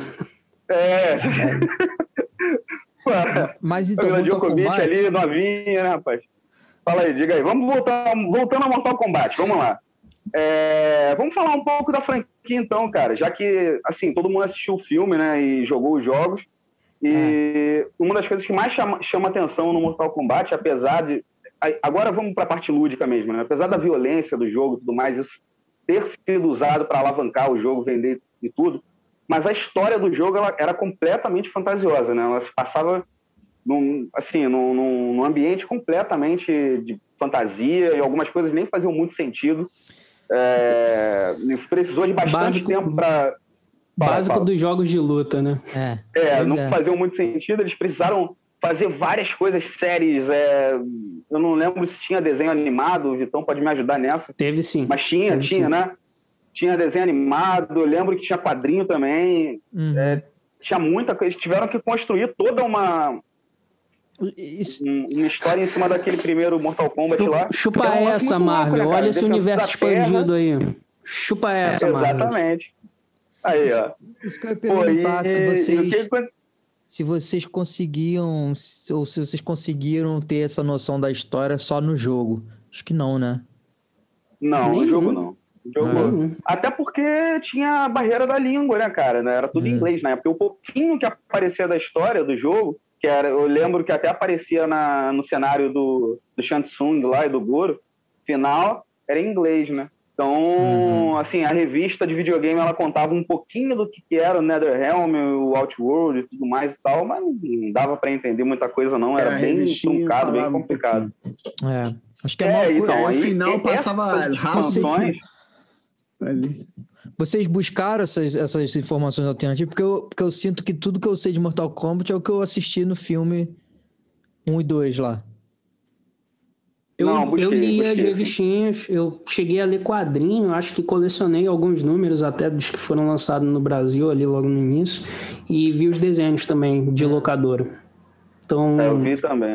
Mas então, Mortal Kombat ali, novinha, né, rapaz? Fala aí, diga aí. Voltando a Mortal Kombat, vamos lá. Vamos falar um pouco da franquia, então, cara, já que, assim, todo mundo assistiu o filme, né, e jogou os jogos, e uma das coisas que mais chama atenção no Mortal Kombat, apesar de... Agora vamos para a parte lúdica mesmo, né? Apesar da violência do jogo e tudo mais, isso ter sido usado para alavancar o jogo, vender e tudo, mas a história do jogo ela era completamente fantasiosa, né? Ela se passava num ambiente completamente de fantasia, e algumas coisas nem faziam muito sentido. Precisou de bastante tempo para... Básico dos jogos de luta, né? Não faziam muito sentido, eles precisaram fazer várias coisas, séries, eu não lembro se tinha desenho animado, o Vitão pode me ajudar nessa. Teve sim. Mas tinha, né? Tinha desenho animado, eu lembro que tinha quadrinho também, tinha muita coisa, eles tiveram que construir toda uma história em cima daquele primeiro Mortal Kombat lá. Chupa essa, Marvel, olha esse universo expandido aí. Chupa essa, Marvel. Exatamente. Aí, ó. Isso que eu ia perguntar, se vocês conseguiam, ou se vocês conseguiram ter essa noção da história só no jogo. Acho que não, né? Não, no jogo não. Até porque tinha a barreira da língua, né, cara? Era tudo em inglês na época. O pouquinho que aparecia da história do jogo, eu lembro que até aparecia no cenário do Shang Tsung lá e do Goro, final, era em inglês, né? Então, assim, a revista de videogame, ela contava um pouquinho do que era o NetherRealm, o Outworld e tudo mais e tal, mas não dava para entender muita coisa, não. Era bem truncado, bem complicado. Acho que então, aí, final passava rápido. Vocês buscaram essas informações alternativas? Porque eu sinto que tudo que eu sei de Mortal Kombat é o que eu assisti no filme 1 e 2 lá. Eu li as revistinhas, eu cheguei a ler quadrinho, acho que colecionei alguns números até dos que foram lançados no Brasil ali logo no início, e vi os desenhos também de locadora. Então... eu vi também.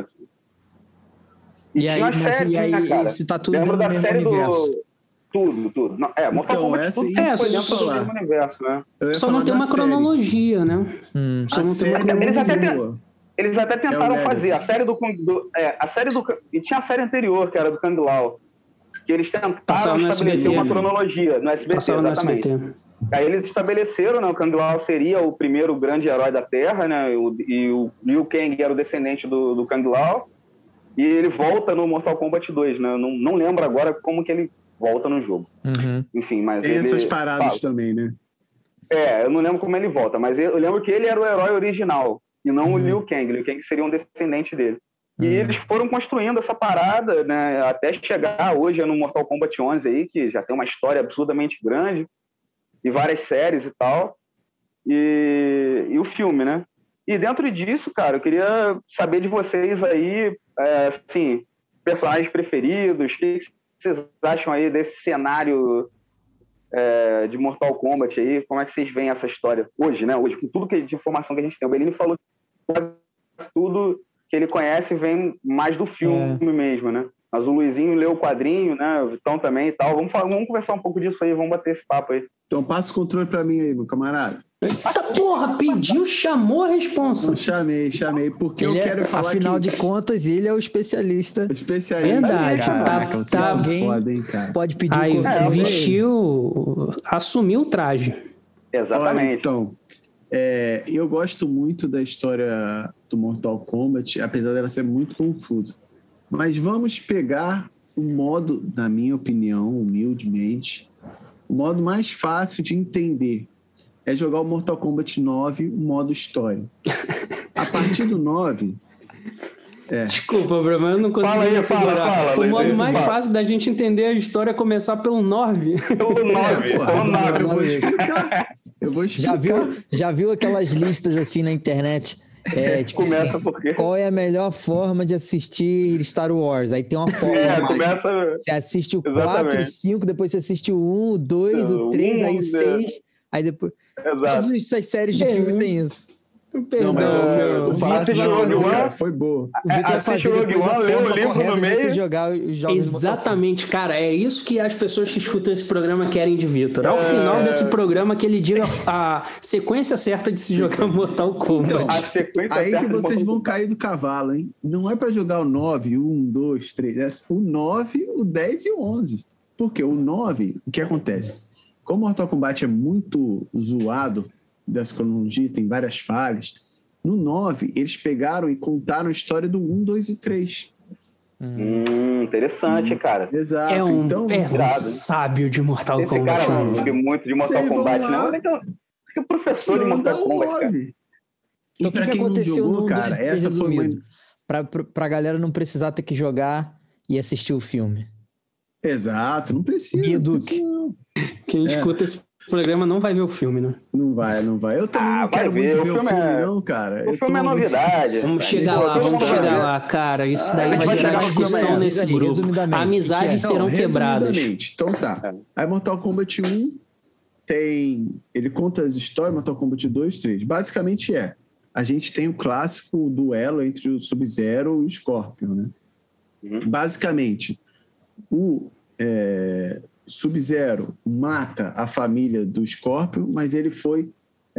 E aí isso tá tudo dentro do mesmo universo. Tudo. Não, Mortal Kombat tudo foi dentro do mesmo universo, né? Só não tem uma cronologia, né? Só não tem uma cronologia. Eles até tentaram fazer a série e tinha a série anterior, que era do Kung Lao, que eles tentaram estabelecer uma cronologia no SBT, exatamente. Aí eles estabeleceram, né, o Kung Lao seria o primeiro grande herói da Terra, né, e o Liu Kang era o descendente do Kung Lao, e ele volta no Mortal Kombat 2, né? Não lembro agora como que ele volta no jogo. Enfim, mas tem essas paradas também, né? Eu não lembro como ele volta, mas eu lembro que ele era o herói original, e não o Liu Kang. Liu Kang seria um descendente dele. E eles foram construindo essa parada, né, até chegar hoje no Mortal Kombat 11 aí, que já tem uma história absurdamente grande, e várias séries e tal, e o filme, né? E dentro disso, cara, eu queria saber de vocês aí, assim, personagens preferidos, o que vocês acham aí desse cenário de Mortal Kombat aí, como é que vocês veem essa história hoje, né? Hoje, com tudo de informação que a gente tem. O Bellini falou que tudo que ele conhece vem mais do filme mesmo, né? Mas o Luizinho leu o quadrinho, né? O Vitão também e tal. Vamos conversar um pouco disso aí, vamos bater esse papo aí. Então passa o controle pra mim aí, meu camarada. Eita porra, pediu, chamou a responsa. Chamei, porque ele eu quero falar afinal de contas, ele é o especialista. Verdade, caraca, tá alguém foda, hein, cara. Pode pedir aí assumiu o traje. Exatamente. Olha, então, eu gosto muito da história do Mortal Kombat, apesar dela ser muito confusa. Mas vamos pegar o modo, na minha opinião, humildemente, o modo mais fácil de entender é jogar o Mortal Kombat 9, o modo história. A partir do 9... Desculpa, Bruno, eu não consegui me segurar. O modo mais fácil da gente entender a história é começar pelo 9. Pelo 9, eu vou explicar. Já viu aquelas listas assim na internet? Tipo começa assim, porque... qual é a melhor forma de assistir Star Wars? Aí tem uma forma você assiste o 4, o 5, depois você assiste o 1, o 2, o 3, aí o 6, aí depois... Todas essas séries de filme tem isso. Não, mas o Vitor foi boa. O Vitor vai fazer depois a forma correta de você jogar os jogos. Exatamente, cara. É isso que as pessoas que escutam esse programa querem de Vitor. Ao final desse programa que ele diga a sequência certa de se jogar Mortal Kombat. Então, aí que vocês vão cair do cavalo, hein? Não é pra jogar o 9, 1, 2, 3. É o 9, o 10 e o 11. Porque o 9, o que acontece? Como o Mortal Kombat é muito zoado, dessa cronologia, tem várias falhas. No 9, eles pegaram e contaram a história do 1, 2 e 3. Interessante, cara. Exato. É um sábio de Mortal Kombat. Esse cara não sabe muito de Mortal Kombat, não. Olha que o professor de Mortal Kombat, cara. Então, o que aconteceu no 1, 2 e 3, essa resumido? Pra galera não precisar ter que jogar e assistir o filme. Exato, não precisa. Quem escuta esse programa não vai ver o filme, né? Não vai. Eu também não quero muito ver o filme, não, cara. O filme é novidade. Vamos chegar lá, cara. Isso daí vai gerar discussão nesse grupo. Amizades serão quebradas. Então tá. Aí Mortal Kombat 1 ele conta as histórias, Mortal Kombat 2, 3. Basicamente a gente tem o clássico duelo entre o Sub-Zero e o Scorpion, né? Basicamente, o Sub-Zero mata a família do Scorpion, mas ele foi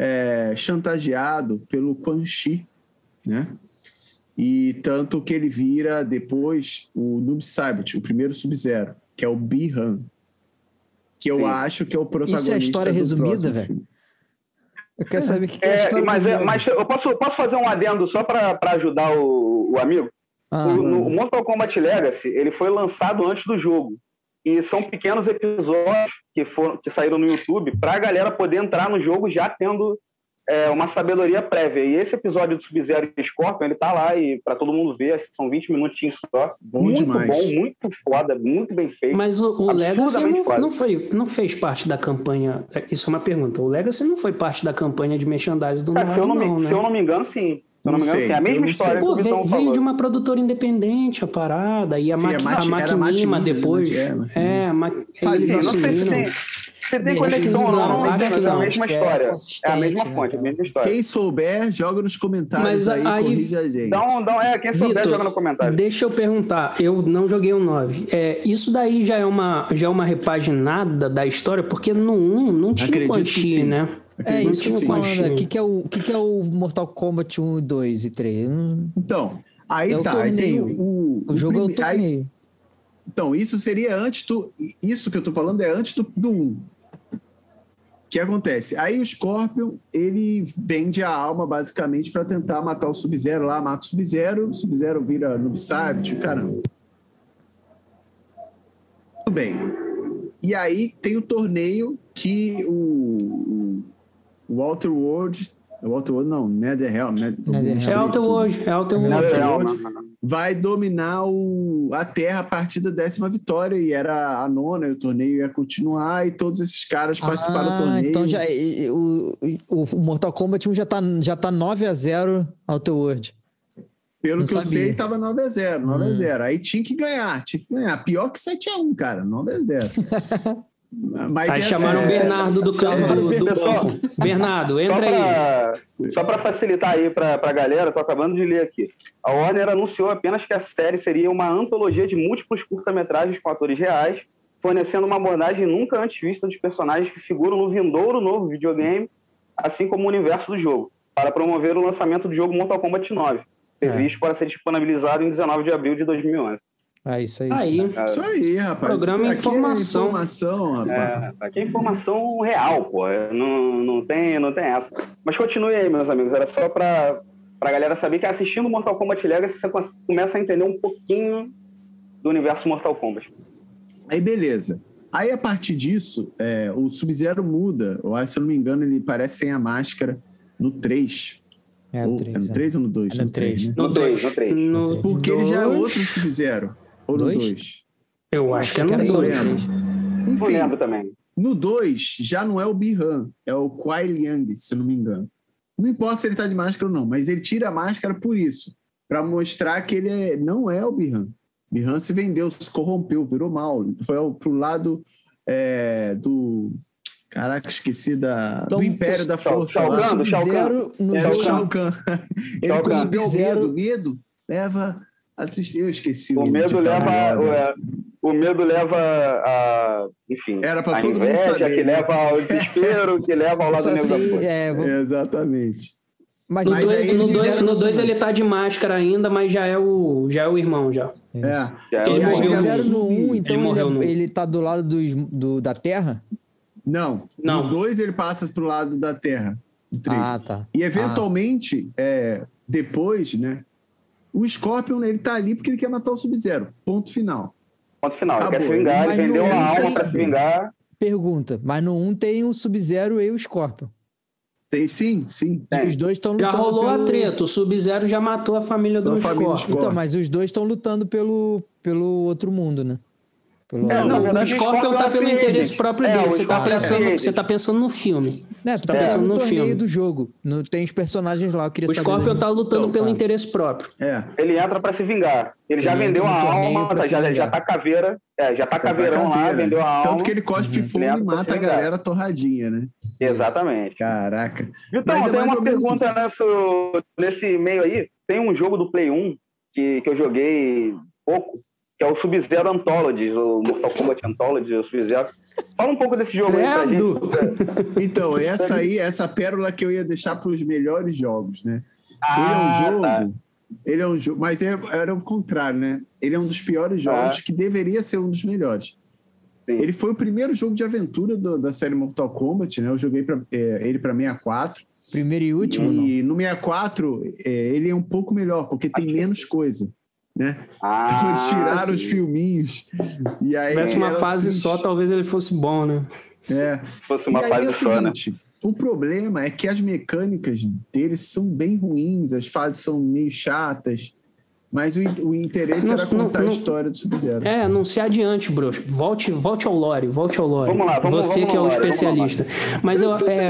chantageado pelo Quan Chi, né? E tanto que ele vira depois o Noob Saibot, o primeiro Sub-Zero, que é o Bi-Han, que eu acho que é o protagonista. Isso é a história resumida, velho? Eu quero saber o que é a história mas eu posso fazer um adendo só para ajudar o amigo? O Mortal Kombat Legacy, ele foi lançado antes do jogo. E são pequenos episódios que saíram no YouTube para a galera poder entrar no jogo já tendo uma sabedoria prévia. E esse episódio do Sub-Zero e Scorpion, ele tá lá e para todo mundo ver, são 20 minutinhos só. Muito demais. Bom, muito foda, muito bem feito. Mas o Legacy não fez parte da campanha. Isso é uma pergunta. O Legacy não foi parte da campanha de merchandising do novo, se eu não me engano, sim. É a mesma história. Pô, veio de uma produtora independente a parada, e a Maquinima depois. Eles assumiram. Você tem conexão ou não, mas é a mesma história. É a mesma fonte, a mesma história. Quem souber, joga nos comentários aí, corrige a gente. Quem souber, joga no comentário. Deixa eu perguntar, eu não joguei o 9. Isso daí já é uma repaginada da história, porque no 1 não tinha Quan Chi, né? Isso que eu vou falando. O que é o Mortal Kombat 1, 2 e 3? Então, aí tá. Aí tem o jogo é o torneio. Então, isso seria antes do... Isso que eu tô falando é antes do 1. que acontece? Aí o Scorpion, ele vende a alma basicamente para tentar matar o Sub-Zero lá, mata o Sub-Zero vira Noob Saibot, caramba. Tudo bem. E aí tem o torneio que o Outer World não, NetherRealm, Outer World. Vai dominar a Terra a partir da 10ª vitória, e era a 9ª, e o torneio ia continuar, e todos esses caras participaram do torneio. Então o Mortal Kombat 1 já tá 9-0 Outer World. Pelo que eu sei, tava 9-0. Aí tinha que ganhar. Pior que 7-1, cara, 9-0. Mas aí chamaram o Bernardo do campo do banco. Bernardo, entra aí. Só para facilitar aí para a galera, tô acabando de ler aqui. A Warner anunciou apenas que a série seria uma antologia de múltiplos curta-metragens com atores reais, fornecendo uma abordagem nunca antes vista dos personagens que figuram no vindouro novo videogame, assim como o universo do jogo, para promover o lançamento do jogo Mortal Kombat 9, previsto para ser disponibilizado em 19 de abril de 2011. Isso aí, rapaz. Programa informação. Rapaz. Aqui é informação real, pô. Não tem essa. Mas continue aí, meus amigos. Era só pra galera saber que assistindo Mortal Kombat Legacy você começa a entender um pouquinho do universo Mortal Kombat. Aí, beleza. Aí, a partir disso, o Sub-Zero muda. Se eu não me engano, ele parece sem a máscara no 3. No 3 ou no 2? No 3. Né? No 3. Porque ele já é outro Sub-Zero. Ou no 2? Eu acho que é no 2. Enfim, também. No 2 já não é o Bi-Han, é o Kuai Liang, se eu não me engano. Não importa se ele tá de máscara ou não, mas ele tira a máscara por isso, para mostrar que ele não é o Bi-Han. Bi-Han se vendeu, se corrompeu, virou mal. Foi pro lado do... Caraca, esqueci do Império da Força. O Shao Kahn. Ele concebeu o medo, leva a tristeza. Eu esqueci. O medo leva a... Enfim, era para todo inveja, mundo saber. Que leva ao desespero, que leva ao lado negro da força. Exatamente. Mas no 2 ele tá de máscara ainda, mas já é o irmão, já. Ele morreu no 1, então ele tá do lado da Terra? Não. No 2 ele passa pro lado da Terra. No 3. Tá. E eventualmente, depois, né? O Scorpion, ele tá ali porque ele quer matar o Sub-Zero. Ponto final. Ele quer se vingar, ele vendeu a alma pra se vingar. Pergunta, mas no 1 tem o Sub-Zero e o Scorpion. Tem, sim. Os dois estão lutando. Já rolou a treta, o Sub-Zero já matou a família do Scorpion. Então, mas os dois estão lutando pelo outro mundo, né? O Scorpion tá pelo interesse próprio dele. Você tá pensando no filme. Você tá pensando no torneio do jogo. Tem os personagens lá, eu queria saber. O Scorpion tá lutando pelo interesse próprio. Ele entra pra se vingar. Ele já vendeu a alma, já tá caveira. Já tá caveirão lá, vendeu a alma. Tanto que ele cospe fogo e mata a galera torradinha, né? Exatamente. Caraca. Então, tem uma pergunta nesse meio aí. Tem um jogo do Play 1 que eu joguei pouco, que é o Sub-Zero Anthology, o Mortal Kombat Anthology, o Sub-Zero. Fala um pouco desse jogo aí pra gente. Então, essa pérola que eu ia deixar para os melhores jogos, né? Ele é um jogo, mas era o contrário, né? Ele é um dos piores jogos que deveria ser um dos melhores. Sim. Ele foi o primeiro jogo de aventura da série Mortal Kombat, né? Eu joguei ele para 64. Primeiro e último, E no 64, ele é um pouco melhor, porque tem menos coisa. Né? Então eles tiraram os filminhos. E aí, se tivesse uma fase só, talvez ele fosse bom, né? Fosse uma fase só, né? O problema é que as mecânicas deles são bem ruins, as fases são meio chatas, mas o interesse era contar a história do Sub-Zero. Não se adiante, Bruxo. Volte ao lore. Vamos lá, Você que é o especialista. Mas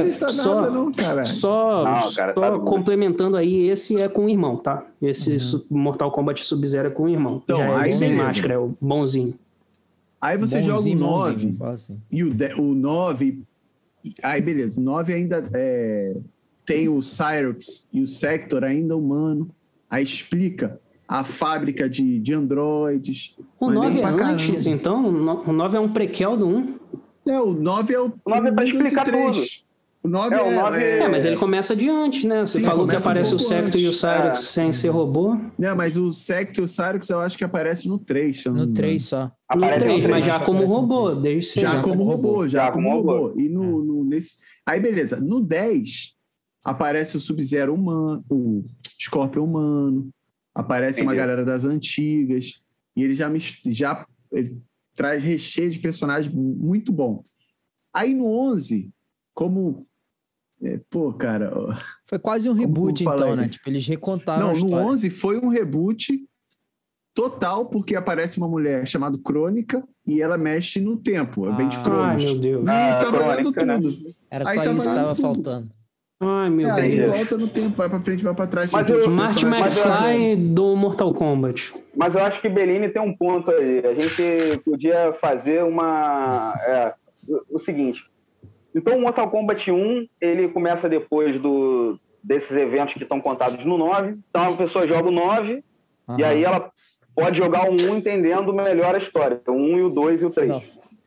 só complementando aí, esse é com o irmão, tá? Esse Mortal Kombat Sub-Zero é com o irmão. Então, já aí sem máscara, é o bonzinho. Aí você joga o 9 e o 9... Aí beleza, o 9 ainda tem o Cyrox e o Sector ainda humano. Aí explica a fábrica de androides. O 9 é antes, então? O 9 é um prequel do 1? O 9 é o 9 é pra explicar tudo. O 9 mas ele começa de antes, né? Você falou que aparece o Secto e o Cyrix sem ser robô. Mas o Secto e o Cyrix eu acho que aparece no 3. No 3 só. No 3, mas já como robô. Desde já como robô. E nesse... Aí, beleza. No 10, aparece o Sub-Zero humano, o Scorpion humano, aparece uma galera das antigas, e ele ele traz recheio de personagens muito bom. Aí no 11, como... cara... Foi quase um reboot, então, né? Tipo, eles recontaram a história. No 11 foi um reboot total, porque aparece uma mulher chamada Crônica e ela mexe no tempo, vem de cromos. Ai, meu Deus. E tá valendo tudo. Né? Era só isso que tava faltando. Ai, meu Deus. Aí volta no tempo, vai pra frente, vai pra trás. Mas Marty McFly do Mortal Kombat. Mas eu acho que Bellini tem um ponto aí. A gente podia fazer o seguinte. Então, o Mortal Kombat 1, ele começa depois desses eventos que estão contados no 9. Então, a pessoa joga o 9 e aí ela pode jogar o 1 entendendo melhor a história. Então, o 1 e o 2 e o 3. Não.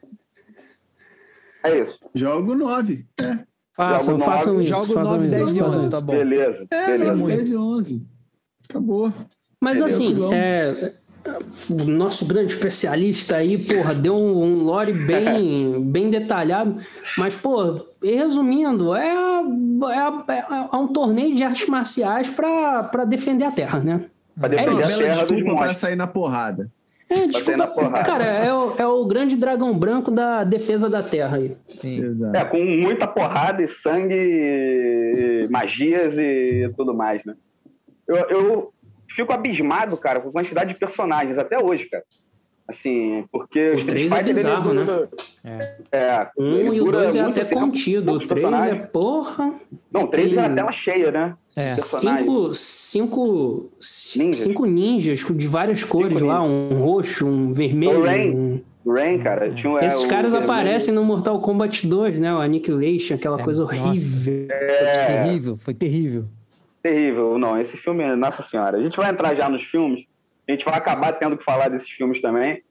É isso. Joga o 9. Façam isso. Joga o 9, 10 e 11, tá bom. Beleza. 10 e 11. Acabou. Mas assim, o nosso grande especialista aí, porra, deu um lore bem detalhado, mas, pô, resumindo, é um torneio de artes marciais pra defender a Terra, né? Pra defender a Terra dos monstros. Pra sair na porrada. Desculpa, cara, é o grande dragão branco da defesa da Terra aí. Sim, exato. Com muita porrada e sangue, magias e tudo mais, né? Eu fico abismado, cara, com a quantidade de personagens até hoje, cara. Assim, porque... O 3 é bizarro, né? O 1 e o 2 é até contido. O 3 é porra... Não, o 3 é a tela cheia, né? 5 ninjas de várias cores lá, um roxo, um vermelho. O Rain, cara. Esses caras aparecem no Mortal Kombat 2, né? O Annihilation, aquela coisa horrível. Foi terrível. Terrível, não. Esse filme, nossa senhora. A gente vai entrar já nos filmes. A gente vai acabar tendo que falar desses filmes também.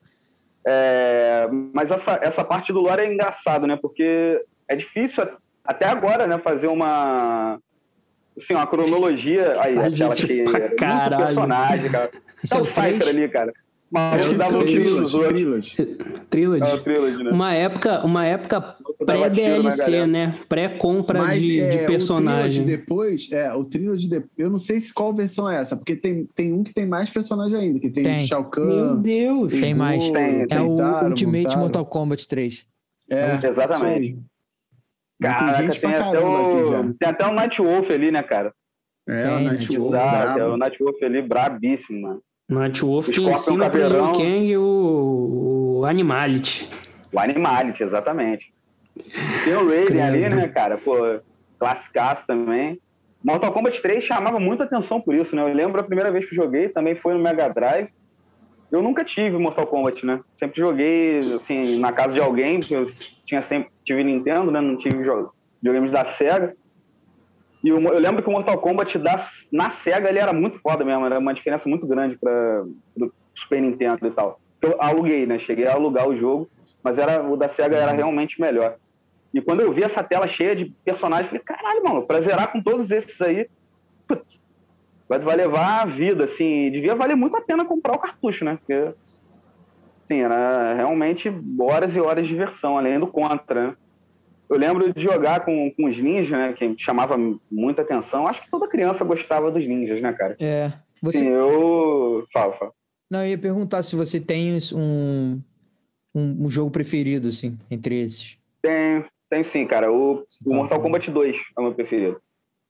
Mas essa parte do lore é engraçado, né? Porque é difícil até agora, né? Fazer uma cronologia. Aí, a tela cheia. Muito personagem, cara. Isso é o Cypher ali, cara. Mas eu dava um tiro dos outros. Trilogy, né? Uma época pré-DLC, né? Pré-compra de personagem. O Trilogy depois, eu não sei qual versão é essa, porque tem um que tem mais personagem ainda, que tem o Shao Kahn. Meu Deus! Tem mais. É o Ultimate Mortal Kombat 3. Exatamente. Caraca, tem até o Nightwolf ali, né, cara? O Nightwolf. O Nightwolf ali, brabíssimo, mano. Nightwolf que ensina pro Liu Kang o Animality. O Animality, exatamente. Tem o Raiden ali, né, cara? Pô, classicaço também. Mortal Kombat 3 chamava muita atenção por isso, né? Eu lembro a primeira vez que joguei, também foi no Mega Drive. Eu nunca tive Mortal Kombat, né? Sempre joguei, assim, na casa de alguém, porque eu sempre tive Nintendo, né? Não tive videogames da Sega. E eu lembro que o Mortal Kombat na Sega ele era muito foda mesmo, era uma diferença muito grande do Super Nintendo e tal. Eu aluguei, né? Cheguei a alugar o jogo, mas o da Sega era realmente melhor. E quando eu vi essa tela cheia de personagens, eu falei, caralho, mano, pra zerar com todos esses aí, putz, vai levar a vida, assim, devia valer muito a pena comprar o cartucho, né? Porque, assim, era realmente horas e horas de diversão, além do Contra, né? Eu lembro de jogar com os ninjas, né? Que chamava muita atenção. Acho que toda criança gostava dos ninjas, né, cara? Você... Sim, Fala. Não, eu ia perguntar se você tem um jogo preferido, assim, entre esses. Tem sim, cara. O Mortal Kombat 2 é o meu preferido.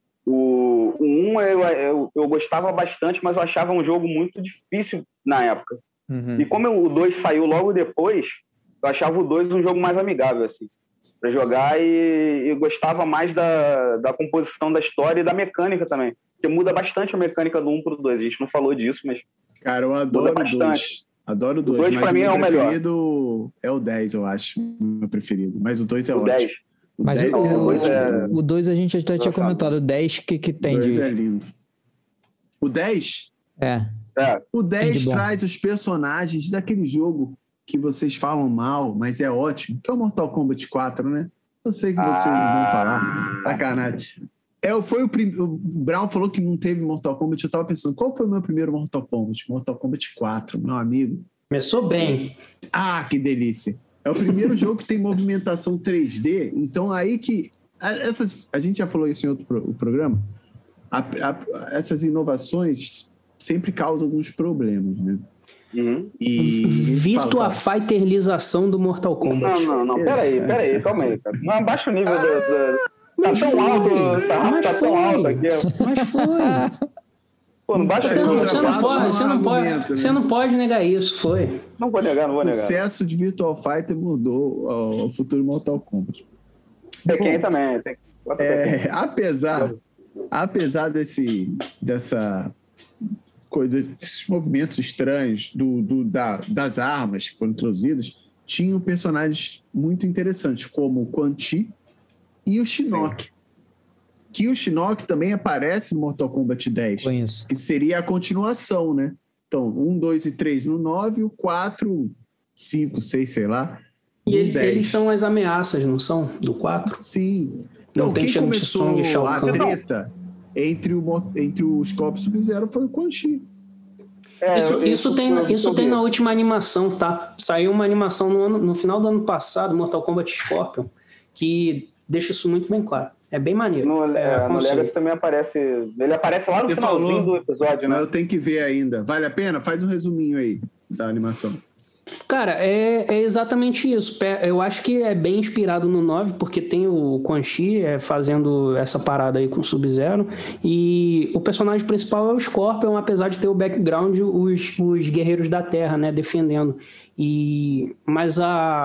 O 1 eu gostava bastante, mas eu achava um jogo muito difícil na época. Uhum. E como o 2 saiu logo depois, eu achava o 2 um jogo mais amigável, assim, pra jogar, e gostava mais da composição da história e da mecânica também. Porque muda bastante a mecânica do 1 pro 2. A gente não falou disso, mas... Cara, eu adoro o 2. Adoro o 2. O 2 pra mim é o melhor. Preferido é o 10, eu acho. Meu preferido. Mas o 2 é ótimo. 10. Mas o 2 a gente até tinha comentado. O 10 que tem o 2 é lindo. O 10? O 10 traz os personagens daquele jogo que vocês falam mal, mas é ótimo, que é o Mortal Kombat 4, né? Eu sei que vocês vão falar. Sacanagem. O Brown falou que não teve Mortal Kombat. Eu tava pensando, qual foi o meu primeiro Mortal Kombat? Mortal Kombat 4, meu amigo. Começou bem. Ah, que delícia. É o primeiro jogo que tem movimentação 3D. Então, aí que... a gente já falou isso em outro programa. Essas inovações sempre causam alguns problemas, né? Uhum. E Virtua Fighterização do Mortal Kombat. Não. Peraí, calma aí, cara. Não abaixa o nível Tá tão alto, tá tão alto aqui. Mas foi. Pô, não baixa Você não pode negar isso, foi. Não vou negar. O sucesso de Virtua Fighter mudou o futuro Mortal Kombat. Tekken também. Apesar dessa coisa, esses movimentos estranhos das armas que foram introduzidas, tinham personagens muito interessantes, como o Quan Chi e o Shinnok. Que o Shinnok também aparece no Mortal Kombat 10. Conheço. Que seria a continuação, né? Então, 1, 2 e 3 no 9, o 4, 5, 6, sei lá. E eles são as ameaças, não são? Do 4? Sim. Então, quem começou a treta entre os Scorpion e Sub-Zero foi o Quan Chi. Isso tem na última animação, tá? Saiu uma animação no final do ano passado, Mortal Kombat Scorpion, que deixa isso muito bem claro. É bem maneiro. No Legacy também aparece. Ele aparece lá no finalzinho do episódio, né? Eu tenho que ver ainda. Vale a pena? Faz um resuminho aí da animação. Cara, é exatamente isso. Eu acho que é bem inspirado no 9, porque tem o Quan Chi fazendo essa parada aí com o Sub-Zero, e o personagem principal é o Scorpion, apesar de ter o background, os Guerreiros da Terra, né, defendendo. Mas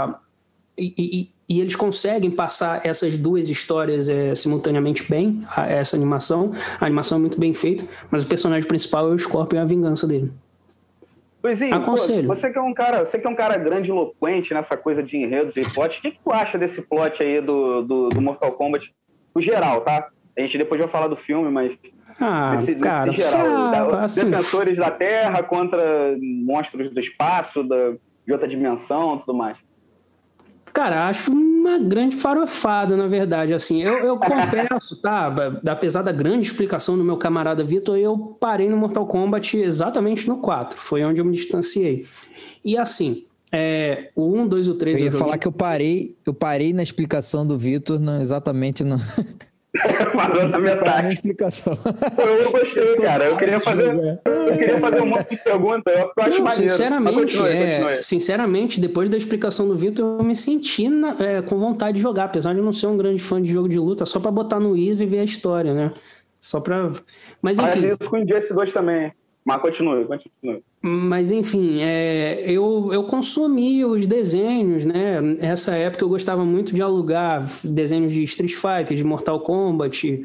eles conseguem passar essas duas histórias simultaneamente bem, essa animação. A animação é muito bem feita, mas o personagem principal é o Scorpion e a vingança dele. Luizinho, você que é um cara grandiloquente nessa coisa de enredos e plots, o que tu acha desse plot aí do Mortal Kombat no geral, tá? A gente depois vai falar do filme, mas nesse geral, defensores da Terra contra monstros do espaço, de outra dimensão, tudo mais. Cara, acho uma grande farofada, na verdade, assim. Eu confesso, tá? Apesar da grande explicação do meu camarada Vitor, eu parei no Mortal Kombat exatamente no 4. Foi onde eu me distanciei. E assim, o 1, 2 e o 3... Eu ia falar que eu parei na explicação do Vitor exatamente no... Parou na metade. Explicação. Eu gostei, cara. Eu queria fazer um monte de perguntas. Eu acho maneiro. Sinceramente, depois da explicação do Vitor, eu me senti com vontade de jogar, apesar de eu não ser um grande fã de jogo de luta, só pra botar no Easy e ver a história, né? Só pra... Mas enfim... Parece isso com o Injustice 2 também. Mas continue. Mas, enfim, eu consumi os desenhos, né? Nessa época eu gostava muito de alugar desenhos de Street Fighter, de Mortal Kombat.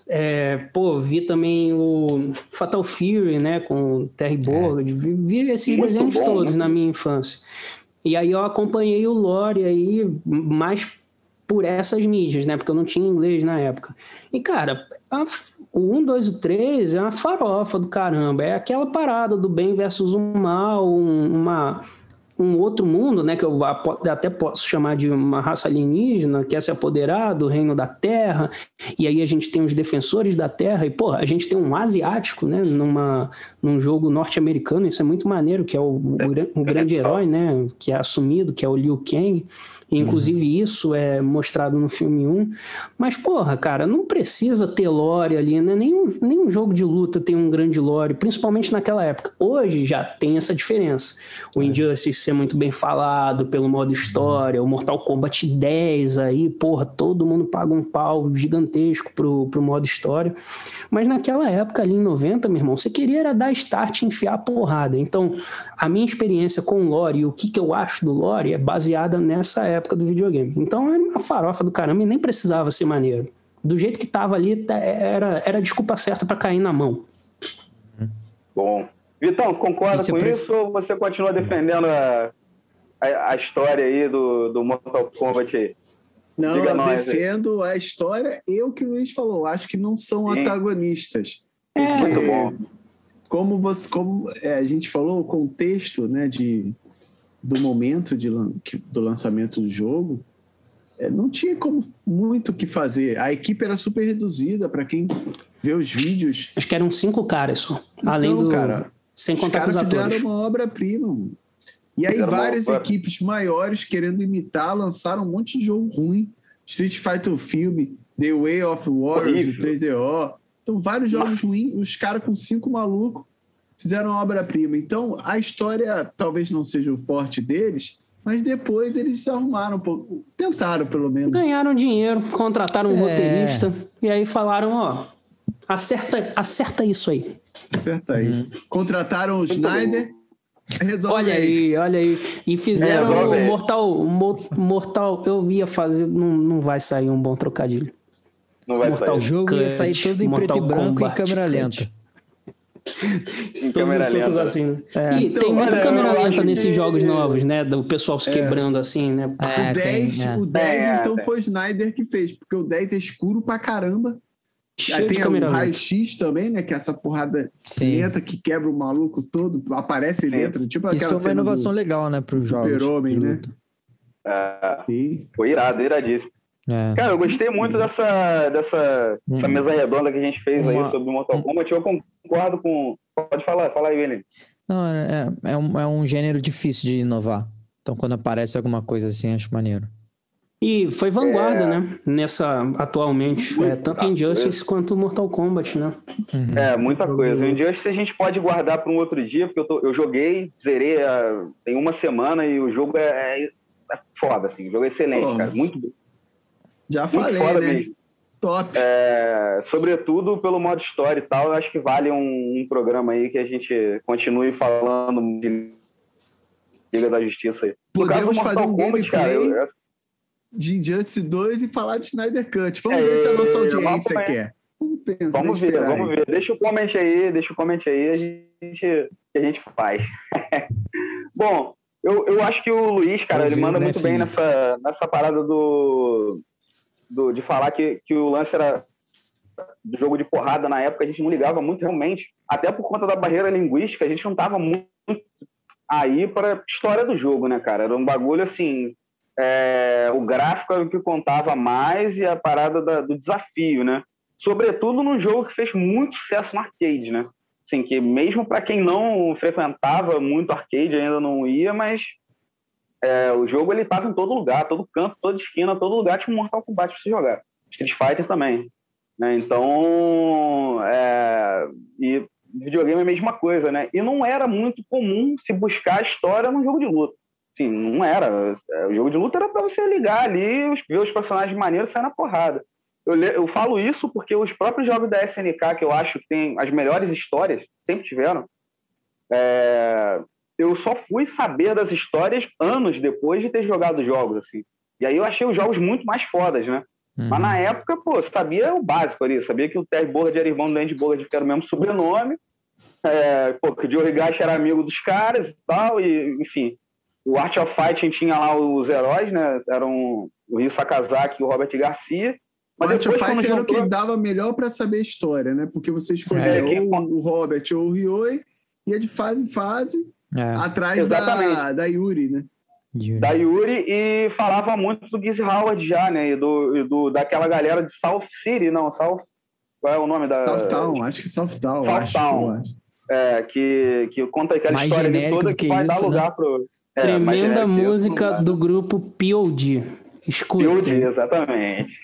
Vi também o Fatal Fury, né? Com o Terry Bogard. Vi esses muito desenhos todos na minha infância. E aí eu acompanhei o lore aí mais por essas mídias, né? Porque eu não tinha inglês na época. E, cara... O 1, 2 e o 3 é uma farofa do caramba. É aquela parada do bem versus o mal, um outro mundo, né, que eu até posso chamar de uma raça alienígena, que quer se apoderar do reino da Terra, e aí a gente tem os defensores da Terra, e, a gente tem um asiático, né, num jogo norte-americano, isso é muito maneiro, que é o grande herói, né, que é assumido, que é o Liu Kang. Inclusive isso é mostrado no filme 1. Mas, cara, não precisa ter lore ali, né? Nenhum jogo de luta tem um grande lore, principalmente naquela época. Hoje já tem essa diferença. O Injustice ser muito bem falado pelo modo história, o Mortal Kombat 10 aí, todo mundo paga um pau gigantesco pro modo história. Mas naquela época ali em 90, meu irmão, você queria era dar start e enfiar a porrada. Então, a minha experiência com o lore e o que eu acho do lore é baseada nessa época do videogame. Então, era uma farofa do caramba e nem precisava ser maneiro. Do jeito que tava ali, era a desculpa certa para cair na mão. Bom. Vitão, concorda com isso ou você continua defendendo a história aí do Mortal Kombat aí? Não, eu defendo a história e o que o Luiz falou. Acho que não são antagonistas. Muito bom. Como a gente falou, o contexto, né, do momento do lançamento do jogo não tinha muito o que fazer. A equipe era super reduzida, para quem vê os vídeos. Acho que eram 5 caras só. Então, além do... cara, sem contar com os atores. Fizeram uma obra-prima, mano. E aí várias equipes maiores querendo imitar, lançaram um monte de jogo ruim. Street Fighter Film, The Way of Warriors, 3DO. Então, vários jogos ruins. Os caras com 5 malucos fizeram uma obra-prima. Então, a história talvez não seja o forte deles, mas depois eles se arrumaram um pouco. Tentaram, pelo menos. Ganharam dinheiro, contrataram um roteirista e aí falaram, acerta isso aí. Acerta aí. Contrataram o Snyder. Olha aí. E fizeram o Mortal. Eu ia fazer. Não vai sair um bom trocadilho. Não vai sair. O jogo ia sair todo em preto e branco e em câmera lenta. Todos os socos assim, né? E então, tem muita câmera lenta nesses jogos novos, né? Do pessoal se quebrando assim, né? O 10 então foi o Snyder que fez, porque o 10 é escuro pra caramba. Aí tem o raio-x também, né? Que é essa porrada lenta que quebra o maluco todo, aparece dentro. Tipo isso foi uma inovação legal, né? Para os jogos. Super-Homem, né? Foi iradíssimo. Cara, eu gostei muito dessa mesa redonda que a gente fez aí sobre o Mortal Kombat. Eu concordo com... Pode falar aí, Vini. Não, é um gênero difícil de inovar. Então, quando aparece alguma coisa assim, acho maneiro. E foi vanguarda, né? Atualmente. Tanto Injustice quanto Mortal Kombat, né? Muita coisa. O Injustice a gente pode guardar para um outro dia, porque eu joguei, zerei tem uma semana e o jogo é foda, assim. O jogo é excelente, cara. Muito bom. Já falei, foda, né? Mesmo. Top. Sobretudo pelo modo história e tal, eu acho que vale um programa aí que a gente continue falando de Liga da Justiça aí. Podemos fazer um gameplay de Injustice 2 e falar de Snyder Cut. Vamos ver se a nossa audiência quer. Vamos ver. Deixa o comment aí, a gente faz. Bom, eu acho que o Luiz, cara, ele manda muito bem nessa parada de falar que o lance era do jogo de porrada na época, a gente não ligava muito realmente, até por conta da barreira linguística, a gente não tava muito aí para a história do jogo, né, cara? Era um bagulho assim, o gráfico era o que contava mais e a parada do desafio, né? Sobretudo num jogo que fez muito sucesso no arcade, né? Assim, que mesmo para quem não frequentava muito arcade, ainda não ia, mas o jogo ele tava em todo lugar, todo canto, toda esquina, todo lugar tinha um Mortal Kombat pra você jogar. Street Fighter também, né? Então, e videogame é a mesma coisa, né? E não era muito comum se buscar a história num jogo de luta. Sim, não era. O jogo de luta era pra você ligar ali, ver os personagens maneiros e sair na porrada. Eu falo isso porque os próprios jogos da SNK, que eu acho que tem as melhores histórias, sempre tiveram, eu só fui saber das histórias anos depois de ter jogado os jogos, assim. E aí eu achei os jogos muito mais fodas, né? Mas na época, sabia o básico ali. Sabia que o Terry Bogard era irmão do Andy Bogard, que era o mesmo sobrenome. Que o Joe Higashi era amigo dos caras e tal. E, enfim, o Art of Fighting tinha lá os heróis, né? Eram o Ryu Sakazaki e o Robert Garcia. Mas o Art of Fighting era o que dava melhor para saber a história, né? Porque você escolhia ou o Robert ou o Ryoi, ia de fase em fase, atrás da Yuri, né? Da Yuri, e falava muito do Giz Howard já, né? E daquela galera de South City, South... Qual é o nome da... Southtown, acho que Southtown. Southtown. Que conta aquela mais história toda que vai dar lugar, né? Pro... Tremenda música do grupo POD. Escuta. POD, exatamente.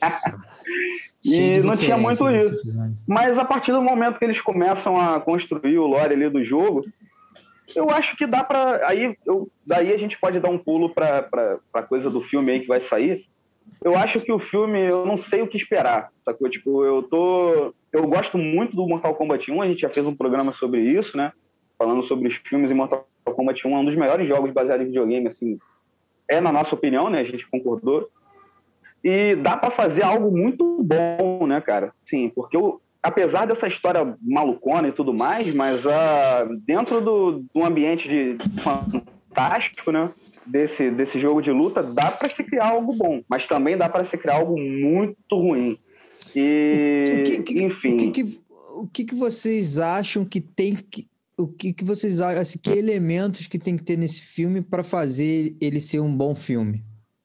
E não tinha muito isso. Mas a partir do momento que eles começam a construir o lore ali do jogo, eu acho que dá pra... Daí a gente pode dar um pulo pra coisa do filme aí que vai sair. Eu acho que o filme, eu não sei o que esperar, sacou? Tipo, eu gosto muito do Mortal Kombat 1, a gente já fez um programa sobre isso, né? Falando sobre os filmes, e Mortal Kombat 1 é um dos melhores jogos baseados em videogame, assim, na nossa opinião, né? A gente concordou. E dá pra fazer algo muito bom, né, cara? Sim, porque apesar dessa história malucona e tudo mais, mas dentro do ambiente de fantástico, né? Desse jogo de luta, dá para se criar algo bom, mas também dá para se criar algo muito ruim. E, enfim... O que vocês acham que tem que... O que vocês acham, assim, que elementos que tem que ter nesse filme para fazer ele ser um bom filme?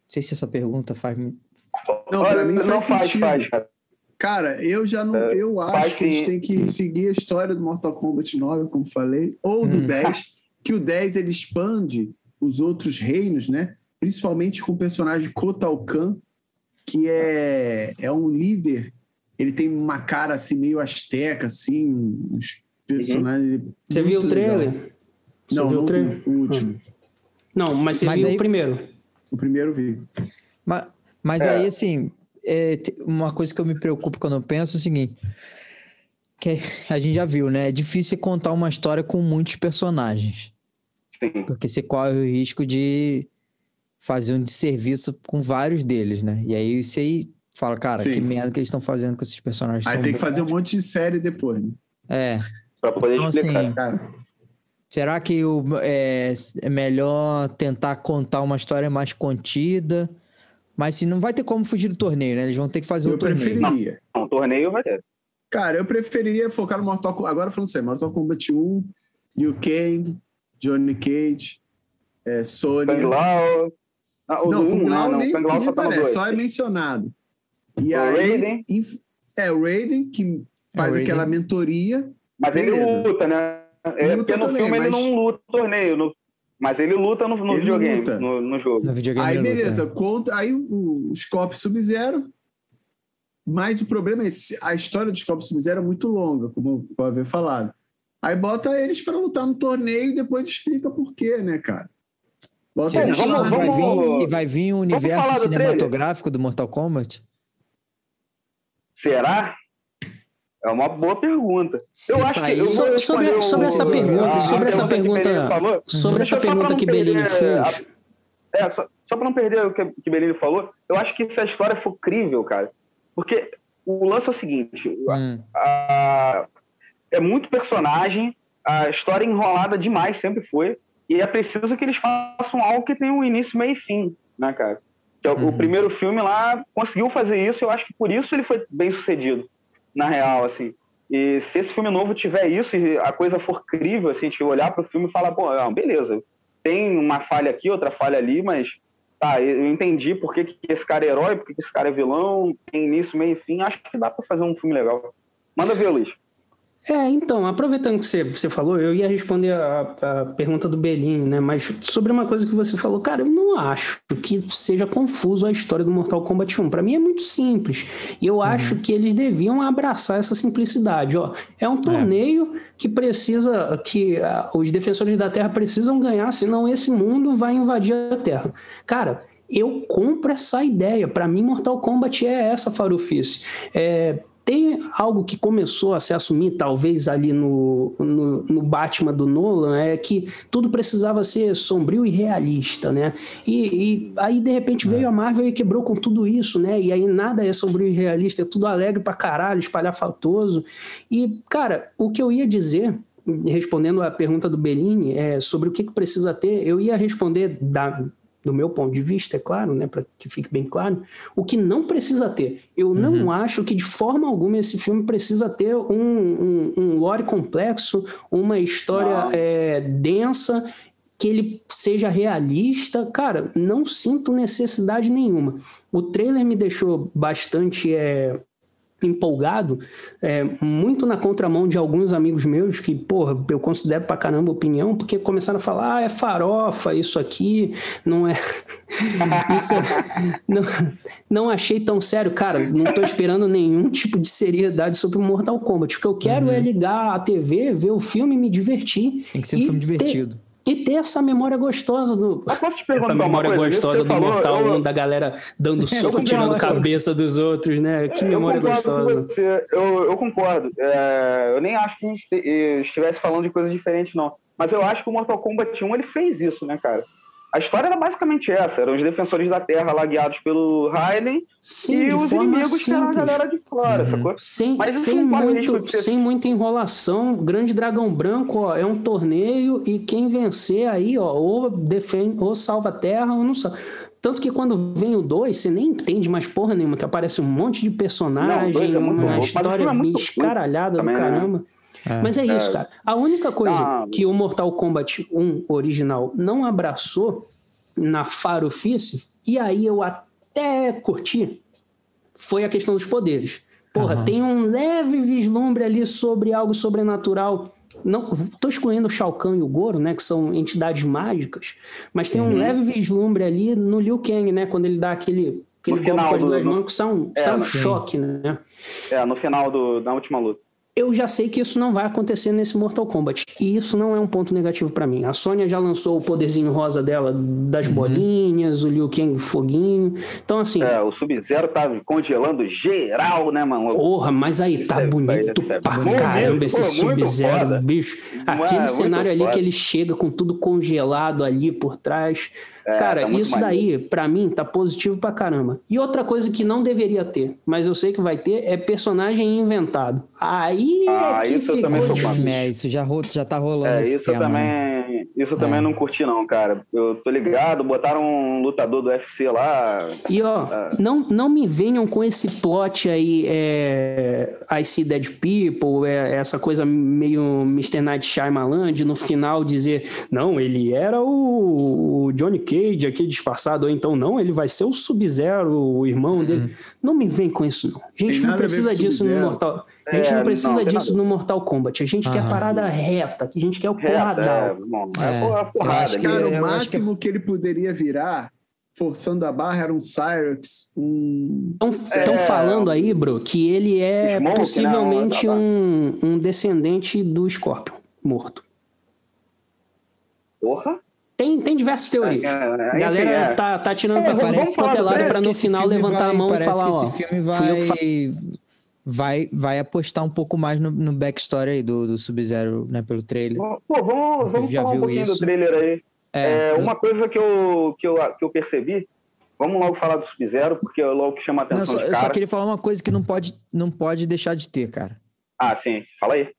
sei se essa pergunta faz... Não, pra mim faz sentido. Cara, eu já não. Eu acho que eles têm que seguir a história do Mortal Kombat 9, como falei, ou do 10, que o 10 ele expande os outros reinos, né? Principalmente com o personagem Kotal Kahn, que é um líder. Ele tem uma cara assim, meio asteca, assim, uns personagens. Você viu o trailer? Não, não vi o último. Não, mas você viu o primeiro. O primeiro vi. Mas aí, assim, uma coisa que eu me preocupo quando eu penso é o seguinte, que a gente já viu, né? É difícil contar uma história com muitos personagens. Sim. Porque você corre o risco de fazer um desserviço com vários deles, né? E aí você fala, cara, que merda que eles estão fazendo com esses personagens. Aí tem que fazer um monte de série depois, né? Pra poder então, explicar, assim, cara. Será que é melhor tentar contar uma história mais contida? Mas se não vai ter como fugir do torneio, né? Eles vão ter que fazer o torneio. Eu preferiria. Não, o torneio vai ter. Cara, eu preferiria focar no Mortal Kombat. Agora falando sério, Mortal Kombat 1, Liu Kang, Johnny Cage, Sonya. Kung Lao. Não, Kung Lao nem aparece, só é mencionado. E o aí, Raiden. O Raiden, que faz aquela mentoria. Mas beleza. ele luta, né? Porque no filme ele não luta o torneio, mas ele luta no videogame, no jogo. No videogame aí beleza, aí o Scorpio Sub-Zero, mas o problema é a história do Scorpio Sub-Zero é muito longa, como eu havia falado. Aí bota eles para lutar no torneio e depois explica por quê, né, cara? Bota eles lá. Vai vir o universo cinematográfico do Mortal Kombat? Será? É uma boa pergunta. Eu acho que sobre essa pergunta que Bellini fez. Só para não perder o que Bellini falou, eu acho que se a história for crível, cara, porque o lance é o seguinte, é muito personagem, a história é enrolada demais, sempre foi, e é preciso que eles façam algo que tenha um início, meio e fim, né, cara? O primeiro filme lá conseguiu fazer isso, eu acho que por isso ele foi bem sucedido, na real, assim. E se esse filme novo tiver isso e a coisa for crível, assim, a gente olhar pro filme e falar, pô, beleza, tem uma falha aqui, outra falha ali, mas eu entendi por que esse cara é herói, por que esse cara é vilão, tem início, meio e fim, acho que dá pra fazer um filme legal. Manda ver, Luiz. Então, aproveitando que você falou, eu ia responder a pergunta do Bellini, né? Mas sobre uma coisa que você falou, cara, eu não acho que seja confuso a história do Mortal Kombat 1. Pra mim é muito simples. E eu acho que eles deviam abraçar essa simplicidade. É um torneio que precisa, que os defensores da Terra precisam ganhar, senão esse mundo vai invadir a Terra. Cara, eu compro essa ideia. Pra mim, Mortal Kombat é essa farofice. Tem algo que começou a se assumir, talvez, ali no Batman do Nolan, é que tudo precisava ser sombrio e realista, né? E aí, de repente, veio a Marvel e quebrou com tudo isso, né? E aí nada é sombrio e realista, é tudo alegre pra caralho, espalhafatoso. E, cara, o que eu ia dizer, respondendo a pergunta do Bellini, sobre o que precisa ter, eu ia responder do meu ponto de vista, é claro, né, para que fique bem claro, o que não precisa ter. Eu não acho que de forma alguma esse filme precisa ter um lore complexo, uma história densa, que ele seja realista. Cara, não sinto necessidade nenhuma. O trailer me deixou bastante empolgado, muito na contramão de alguns amigos meus que, porra, eu considero pra caramba opinião, porque começaram a falar, é farofa, isso aqui, não é... isso não achei tão sério. Cara, não tô esperando nenhum tipo de seriedade sobre o Mortal Kombat. O que eu quero é ligar a TV, ver o filme e me divertir. Tem que ser um filme divertido. E ter essa memória gostosa essa memória gostosa do Mortal 1, da galera dando soco, tirando a cabeça dos outros, né? Que memória gostosa. Eu concordo. Eu nem acho que a gente estivesse falando de coisas diferentes, não. Mas eu acho que o Mortal Kombat 1 ele fez isso, né, cara? A história era basicamente essa. Eram os defensores da Terra lá guiados pelo Raiden e os inimigos que eram a galera de fora, sacou? Sem muita enrolação. Grande Dragão Branco, é um torneio e quem vencer aí, ou defende, ou salva a Terra ou não salva. Tanto que quando vem o 2, você nem entende mais porra nenhuma, que aparece um monte de personagem, uma história bem escaralhada do caramba. Mas é isso, cara. A única coisa que o Mortal Kombat 1 original não abraçou na farofice, e aí eu até curti, foi a questão dos poderes. Porra, tem um leve vislumbre ali sobre algo sobrenatural. Não, tô excluindo o Shao Kahn e o Goro, né, que são entidades mágicas, mas tem um leve vislumbre ali no Liu Kang, né, quando ele dá aquele golpe com as duas mãos, que são um choque, né? No final da última luta. Eu já sei que isso não vai acontecer nesse Mortal Kombat. E isso não é um ponto negativo pra mim. A Sônia já lançou o poderzinho rosa dela das bolinhas, o Liu Kang foguinho. Então, assim... o Sub-Zero tá congelando geral, né, mano? Porra, mas aí, tá bonito pra caramba esse Sub-Zero, bicho. Aquele cenário ali que ele chega com tudo congelado ali por trás... Cara, tá isso daí, pra mim, tá positivo pra caramba. E outra coisa que não deveria ter, mas eu sei que vai ter, é personagem inventado. Aí é que ficou difícil. Isso já tá rolando esse tema, Isso também não curti não, cara. Eu tô ligado, botaram um lutador do UFC lá... E não me venham com esse plot aí, I See Dead People, essa coisa meio Mr. Night Shyamalan, de no final dizer, não, ele era o Johnny Cage aqui disfarçado, ou então não, ele vai ser o Sub-Zero, o irmão dele. Não me vem com isso, não. A gente não precisa disso no Mortal... A gente não precisa disso no Mortal Kombat. A gente quer parada reta, a gente quer o porradão. Porrada. Cara, o máximo que ele poderia virar, forçando a barra, era um Cyrax, Estão falando aí, bro, que ele é Smoke, possivelmente um descendente do Scorpion morto. Porra? Tem diversas teorias. A galera tá tirando pra todo mundo pantelado pra no final levantar a mão e falar, esse filme vai apostar um pouco mais no backstory aí do Sub-Zero, né, pelo trailer. Vamos falar um pouquinho do trailer aí. Uma coisa que eu percebi, vamos logo falar do Sub-Zero, porque é logo que chama a atenção dos caras. Eu só queria falar uma coisa que não pode deixar de ter, cara. Ah, sim. Fala aí.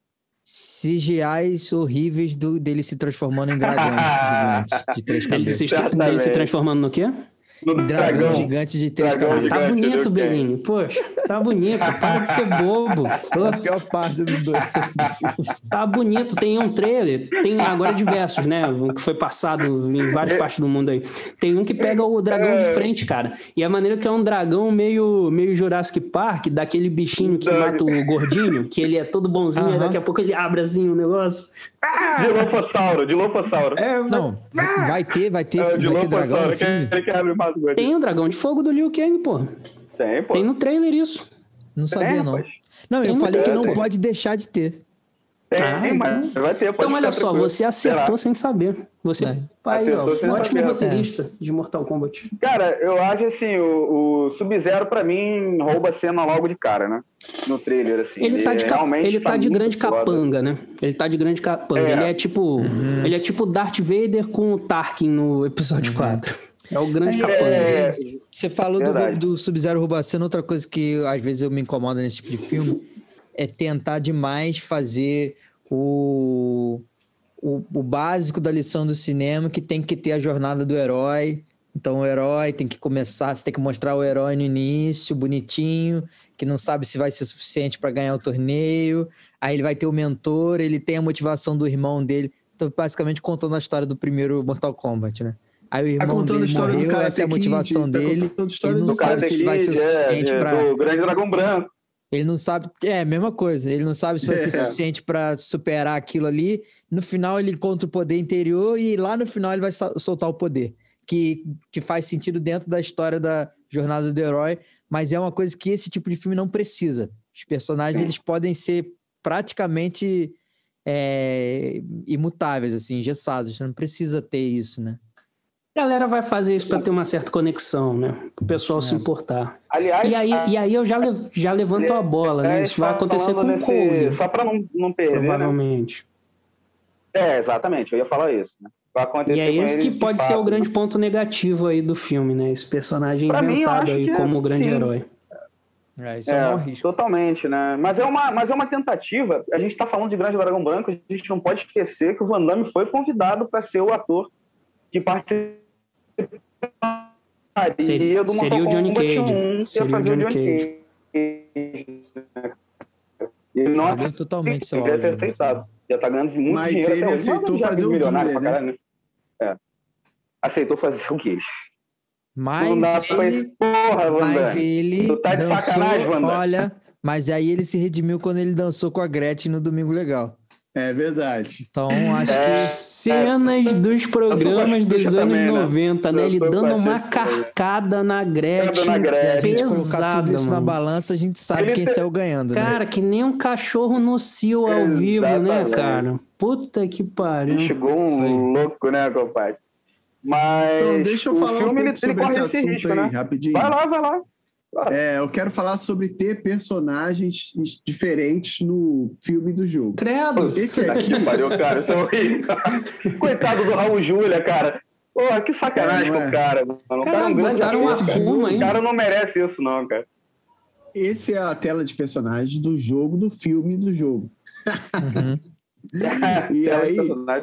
CGIs horríveis dele se transformando em dragão de 3 cabeças. Ele se transformando no quê? Dragão gigante de 3 cabeças. Tá bonito, Belinho. Poxa, tá bonito. Para de ser bobo. A pior parte do 2. Tá bonito. Tem um trailer. Tem agora diversos, né? Que foi passado em várias partes do mundo aí. Tem um que pega o dragão de frente, cara. E a maneira que é um dragão meio Jurassic Park, daquele bichinho que mata o gordinho, que ele é todo bonzinho, e daqui a pouco ele abre assim o negócio. De Dilophosauro. Não, vai ter dragão no filme? Tem o dragão de fogo do Liu Kang, pô. Tem, pô. Tem no trailer isso. Não sabia, não. Não, eu falei que não pode deixar de ter. Mas vai ter. Então, olha só, você acertou sem saber. Você um ótimo roteirista de Mortal Kombat. Cara, eu acho assim, o Sub-Zero pra mim rouba a cena logo de cara, né? No trailer, assim. Ele tá de grande capanga, né? Ele tá de grande capanga. Ele é tipo ele é tipo Darth Vader com o Tarkin no episódio 4. É o grande capanga. Você falou do Sub-Zero roubar a cena. Outra coisa que às vezes eu me incomoda nesse tipo de filme é tentar demais fazer o básico da lição do cinema, que tem que ter a jornada do herói. Então o herói tem que começar, você tem que mostrar o herói no início, bonitinho, que não sabe se vai ser suficiente para ganhar o torneio. Aí ele vai ter o mentor, ele tem a motivação do irmão dele. Então, basicamente, contando a história do primeiro Mortal Kombat, né? Aí o irmão dele morreu, essa é a motivação dele. Ele não sabe se ele vai ser o suficiente para... O Grande Dragão Branco. Ele não sabe... mesma coisa. Ele não sabe se vai ser suficiente para superar aquilo ali. No final, ele encontra o poder interior e lá no final ele vai soltar o poder. Que faz sentido dentro da história da jornada do herói, mas é uma coisa que esse tipo de filme não precisa. Os personagens, eles podem ser praticamente imutáveis, assim, engessados. Você não precisa ter isso, né? A galera vai fazer isso para ter uma certa conexão, né? Para o pessoal se importar. Aliás, e aí eu já levanto a bola, né? Isso vai acontecer com o Cole. Só para não perder, provavelmente. Né? Exatamente. Eu ia falar isso, né? Vai acontecer e é esse que pode ser o grande ponto negativo aí do filme, né? Esse personagem inventado aí como o grande herói. Isso é um risco. Totalmente, né? Mas é uma tentativa. A gente está falando de Grande Dragão Branco, a gente não pode esquecer que o Van Damme foi convidado para ser o ator que participaria do seria o Johnny Cage. Seria o Johnny Cage. Ele não aceitou totalmente seu áudio. Já tá ganhando muito dinheiro. Mas ele aceitou fazer o Guilherme, né? aceitou fazer o quê? Mas ele tu tá de dançou, sacanagem, Wanda. olha, mas aí ele se redimiu quando ele dançou com a Gretchen no Domingo Legal. É verdade. Então, acho que... Cenas dos programas dos anos também, 90, né? Ele dando uma carcada na Gretchen. A gente colocar Pesada, tudo isso na mano. balança, a gente sabe quem saiu ganhando, né? Cara, que nem um cachorro no cio ao vivo, né, cara? Puta que pariu. Chegou um louco, né, compadre? Mas Então, deixa eu falar um pouco sobre esse assunto risco, aí, né? rapidinho. Vai lá. Eu quero falar sobre ter personagens diferentes no filme do jogo. Credo! Esse aqui... Pariu, cara, isso é horrível. Coitado do Raul Júlia, cara. Porra, que sacanagem com o cara. Mano. O cara é um grande Akuma, o cara não merece isso, não, cara. Esse é a tela de personagens do jogo, do filme do jogo. E aí,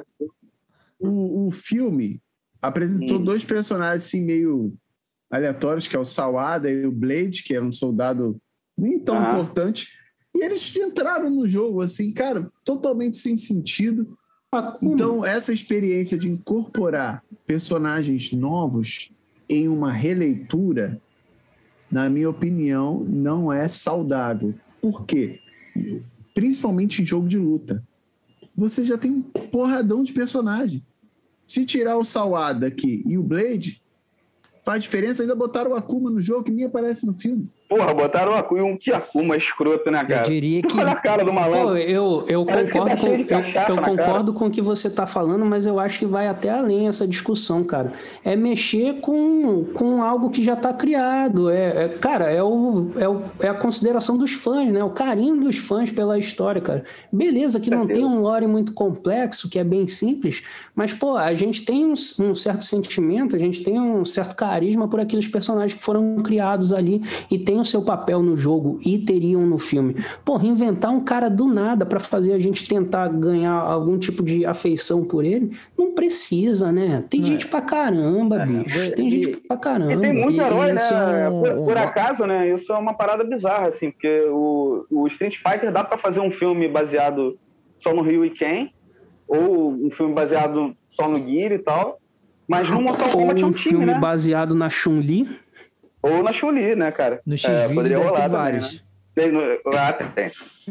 o filme apresentou dois personagens assim, meio aleatórios, que é o Sawada e o Blade, que era um soldado nem tão importante, e eles entraram no jogo, assim, cara, totalmente sem sentido. Então, essa experiência de incorporar personagens novos em uma releitura, na minha opinião, não é saudável. Por quê? Principalmente em jogo de luta. Você já tem um porradão de personagem. Se tirar o Sawada aqui e o Blade, faz diferença. Ainda botaram o Akuma no jogo, que nem aparece no filme. Porra, botaram o Akuma, um que Akuma escroto, né, cara? Eu diria que... Olha a cara do malandro. Pô, eu concordo com o que você tá falando, mas eu acho que vai até além essa discussão, cara. É mexer com algo que já tá criado. Cara, é a consideração dos fãs, né? O carinho dos fãs pela história, cara. Beleza que não tem um lore muito complexo, que é bem simples, mas, pô, a gente tem um certo sentimento, a gente tem um certo carisma por aqueles personagens que foram criados ali e tem o seu papel no jogo e teriam no filme. Porra, inventar um cara do nada pra fazer a gente tentar ganhar algum tipo de afeição por ele, não precisa, né? Tem gente pra caramba, bicho. Tem gente pra caramba. E tem muito herói, né? Por acaso, né? Isso é uma parada bizarra, assim, porque o Street Fighter dá pra fazer um filme baseado só no Ryu e Ken, ou um filme baseado só no Gear e tal, mas no Mortal Kombat é um time, filme né? baseado na Chun-Li. Ou na Chun-Li, né, cara? No X-Video deve ter vários. Também, né? Tem.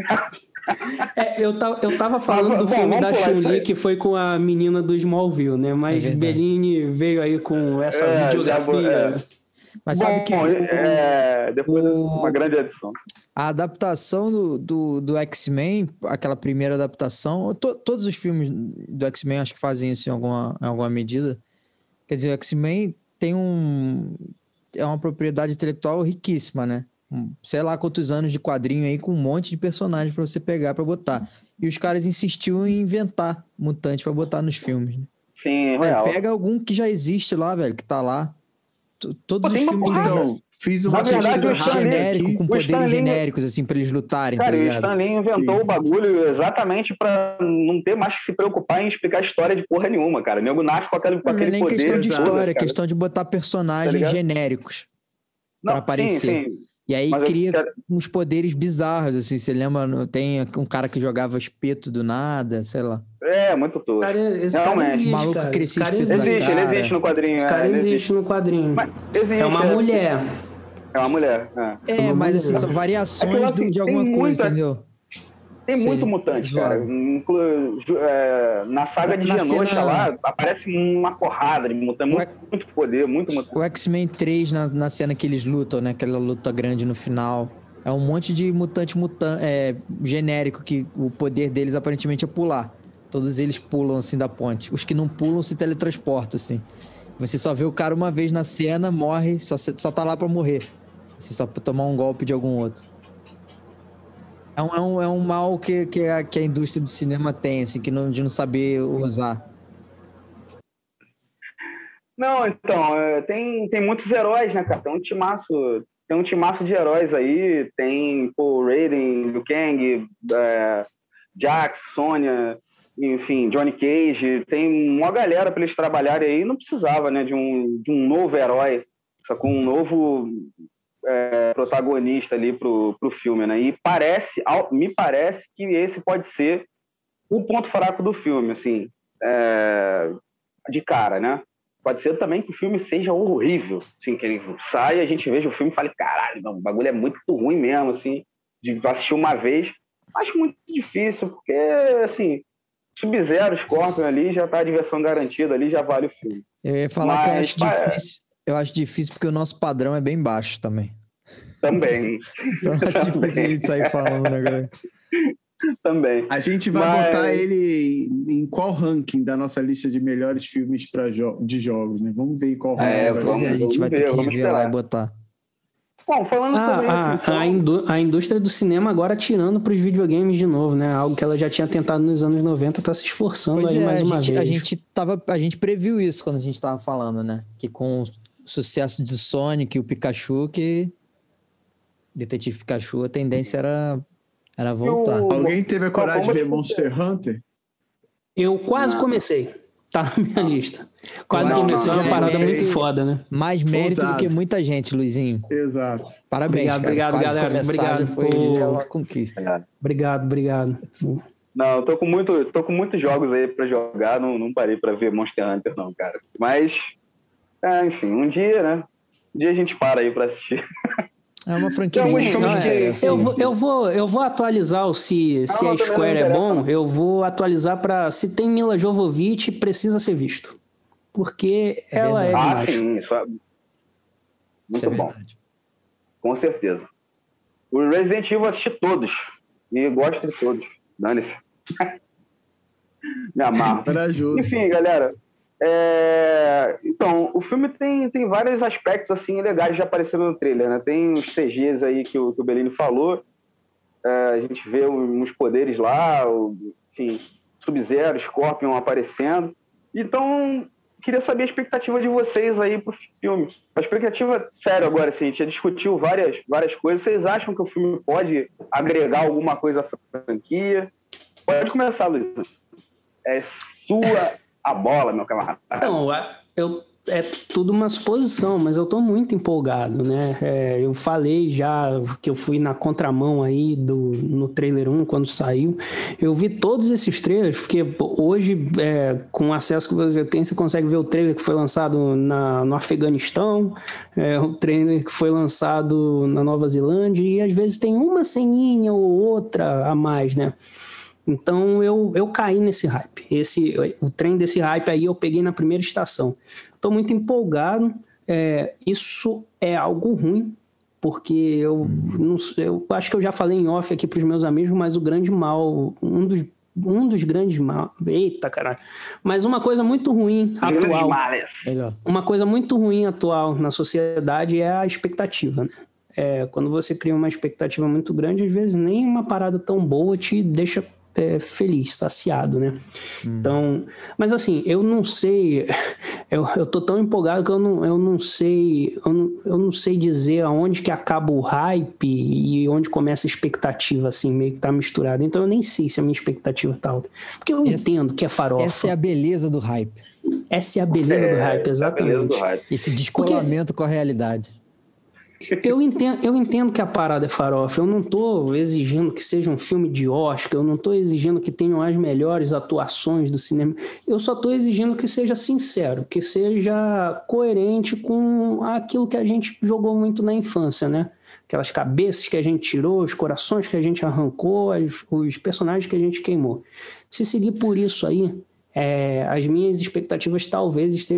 Eu tava falando do filme da Chun-Li, que foi com a menina do Smallville, né? Mas Bellini veio aí com essa videografia. Mas sabe que... depois uma grande edição. A adaptação do X-Men, aquela primeira adaptação, todos os filmes do X-Men acho que fazem isso em alguma medida. Quer dizer, o X-Men tem é uma propriedade intelectual riquíssima, né? Sei lá quantos anos de quadrinho aí com um monte de personagens pra você pegar pra botar. E os caras insistiam em inventar mutante pra botar nos filmes. Né? Sim, real. Pega algum que já existe lá, velho, que tá lá. Todos os filmes então, fiz uma pesquisa genérico, com poderes genéricos, assim, pra eles lutarem. Cara, tá o Stan Lee inventou o bagulho exatamente pra não ter mais que se preocupar em explicar a história de porra nenhuma, cara. O nego nasce com aquele poder. Não é nem questão de história, é questão de botar personagens genéricos pra aparecer. Sim. E aí cria uns poderes bizarros, assim. Você lembra? Tem um cara que jogava espeto do nada, sei lá. Muito tosco. Esse cara existe, maluco cara. crescia Ele existe no quadrinho. Esse cara existe no quadrinho. É uma mulher. É uma mulher. Mas assim, são variações de alguma coisa, entendeu? Tem muito mutante, cara. Na saga de Genosha lá, aparece uma porrada de mutante. Muito poder, muito mutante. O X-Men 3, na cena que eles lutam, né? Aquela luta grande no final. É um monte de mutante genérico, que o poder deles aparentemente é pular. Todos eles pulam, assim, da ponte. Os que não pulam se teletransportam, assim. Você só vê o cara uma vez na cena, morre, só tá lá pra morrer. Assim, só pra tomar um golpe de algum outro. É um mal que a indústria do cinema tem, assim, de não saber usar. Não, então, tem muitos heróis, né, cara? Tem um timaço de heróis aí. Tem o Raiden, Liu Kang, Jax, Sonya, enfim, Johnny Cage. Tem uma galera pra eles trabalharem aí. Não precisava, né, de um novo herói, só com um novo protagonista ali pro filme, né? E me parece que esse pode ser o ponto fraco do filme, assim, de cara, né? pode ser também que o filme seja horrível, assim, que ele saia, a gente veja o filme e fale, caralho, não, o bagulho é muito ruim mesmo, assim, de assistir uma vez. Acho muito difícil, porque, assim, Sub-Zero, Scorpion ali, já tá a diversão garantida ali, já vale o filme. Eu ia falar que eu acho difícil. Eu acho difícil porque o nosso padrão é bem baixo também. Também. Então acho difícil a gente sair falando agora. Também. A gente vai botar ele em qual ranking da nossa lista de melhores filmes de jogos, né? Vamos ver em qual ranking. A gente vai ter que ver lá e botar. Bom, falando sobre a indústria do cinema agora atirando para os videogames de novo, né? Algo que ela já tinha tentado nos anos 90, tá se esforçando aí mais uma vez. A gente previu isso quando a gente tava falando, né? Que com o sucesso de Sonic e o Pikachu, que Detetive Pikachu, a tendência era voltar. Alguém teve a coragem de ver Monster Hunter? Eu quase comecei. Tá na minha lista. Quase comecei, uma parada muito foda, né? Mais mérito do que muita gente, Luizinho. Exato. Parabéns, obrigado, galera. Obrigado. Foi uma conquista. Obrigado. Não, eu tô com muitos jogos aí pra jogar, não parei pra ver Monster Hunter não, cara. Mas, enfim, um dia, né? Um dia a gente para aí pra assistir. É uma franquia que eu vou atualizar se a Square é bom, eu vou atualizar para se tem Mila Jovovich, precisa ser visto. Porque ela é demais. Sim, isso é muito bom. Com certeza. O Resident Evil eu assisti todos. E gosto de todos. Dane-se. Me amarro. Enfim, galera. Então, o filme tem vários aspectos assim legais já aparecendo no trailer, né? Tem os CGs aí que o Bellini falou, a gente vê uns poderes lá, enfim, Sub-Zero, Scorpion aparecendo. Então, queria saber a expectativa de vocês aí pro filme. A expectativa, sério agora, assim, a gente já discutiu várias coisas. Vocês acham que o filme pode agregar alguma coisa à franquia? Pode começar, Luiz. É sua a bola, meu camarada. Não, é tudo uma suposição, mas eu tô muito empolgado, né? Eu falei já que eu fui na contramão aí no trailer 1, quando saiu. Eu vi todos esses trailers, porque hoje, com o acesso que você tem, você consegue ver o trailer que foi lançado no Afeganistão, o trailer que foi lançado na Nova Zelândia, e às vezes tem uma ceninha ou outra a mais, né? Então eu caí nesse hype. O trem desse hype aí eu peguei na primeira estação. Estou muito empolgado. Isso é algo ruim, porque eu acho que eu já falei em off aqui para os meus amigos, mas o grande mal, um dos grandes mal. Eita, caralho. Mas uma coisa muito ruim atual. Uma coisa muito ruim atual na sociedade é a expectativa, né? Quando você cria uma expectativa muito grande, às vezes nem uma parada tão boa te deixa feliz, saciado, né? Então, mas assim, eu não sei, eu tô tão empolgado que eu não sei dizer aonde que acaba o hype e onde começa a expectativa, assim, meio que tá misturado. Então eu nem sei se a minha expectativa tá alta. Porque eu entendo que é farofa. Essa é a beleza do hype. Essa é a beleza do hype, exatamente. Esse descolamento com a realidade. Eu entendo que a parada é farofa. Eu não tô exigindo que seja um filme de Oscar, eu não tô exigindo que tenham as melhores atuações do cinema. Eu só tô exigindo que seja sincero, que seja coerente com aquilo que a gente jogou muito na infância, né? Aquelas cabeças que a gente tirou, os corações que a gente arrancou, os personagens que a gente queimou. Se seguir por isso aí, as minhas expectativas talvez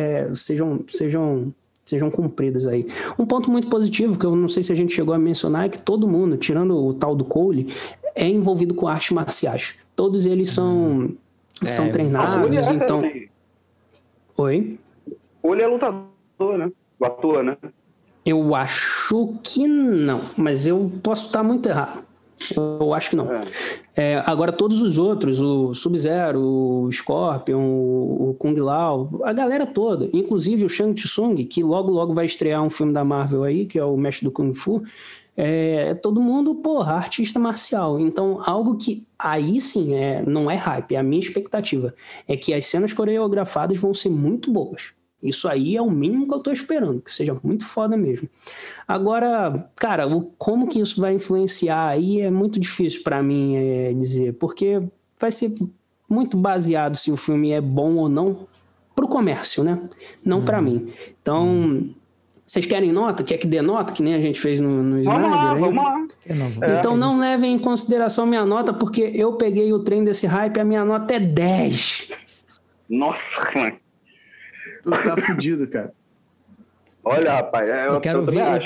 sejam cumpridas aí. Um ponto muito positivo, que eu não sei se a gente chegou a mencionar, é que todo mundo, tirando o tal do Cole, é envolvido com artes marciais. Todos eles são treinados, então... Oi? Cole é lutador, né? O ator, né? Eu acho que não, mas eu posso estar muito errado. Eu acho que não. Agora, todos os outros, o Sub-Zero, o Scorpion, o Kung Lao, a galera toda, inclusive o Shang Tsung, que logo vai estrear um filme da Marvel aí, que é o Mestre do Kung Fu, todo mundo, artista marcial. Então, algo que aí sim não é hype, é a minha expectativa, é que as cenas coreografadas vão ser muito boas. Isso aí é o mínimo que eu tô esperando, que seja muito foda mesmo. Agora, cara, como que isso vai influenciar aí é muito difícil pra mim dizer, porque vai ser muito baseado se o filme é bom ou não pro comércio, né? Não para mim. Então, vocês querem nota? Quer que dê nota? Que nem a gente fez no Snyder? Vamos lá. Então não levem em consideração minha nota, porque eu peguei o trem desse hype, a minha nota é 10. Nossa, mano. Tu tá fudido, cara. Olha, rapaz, eu quero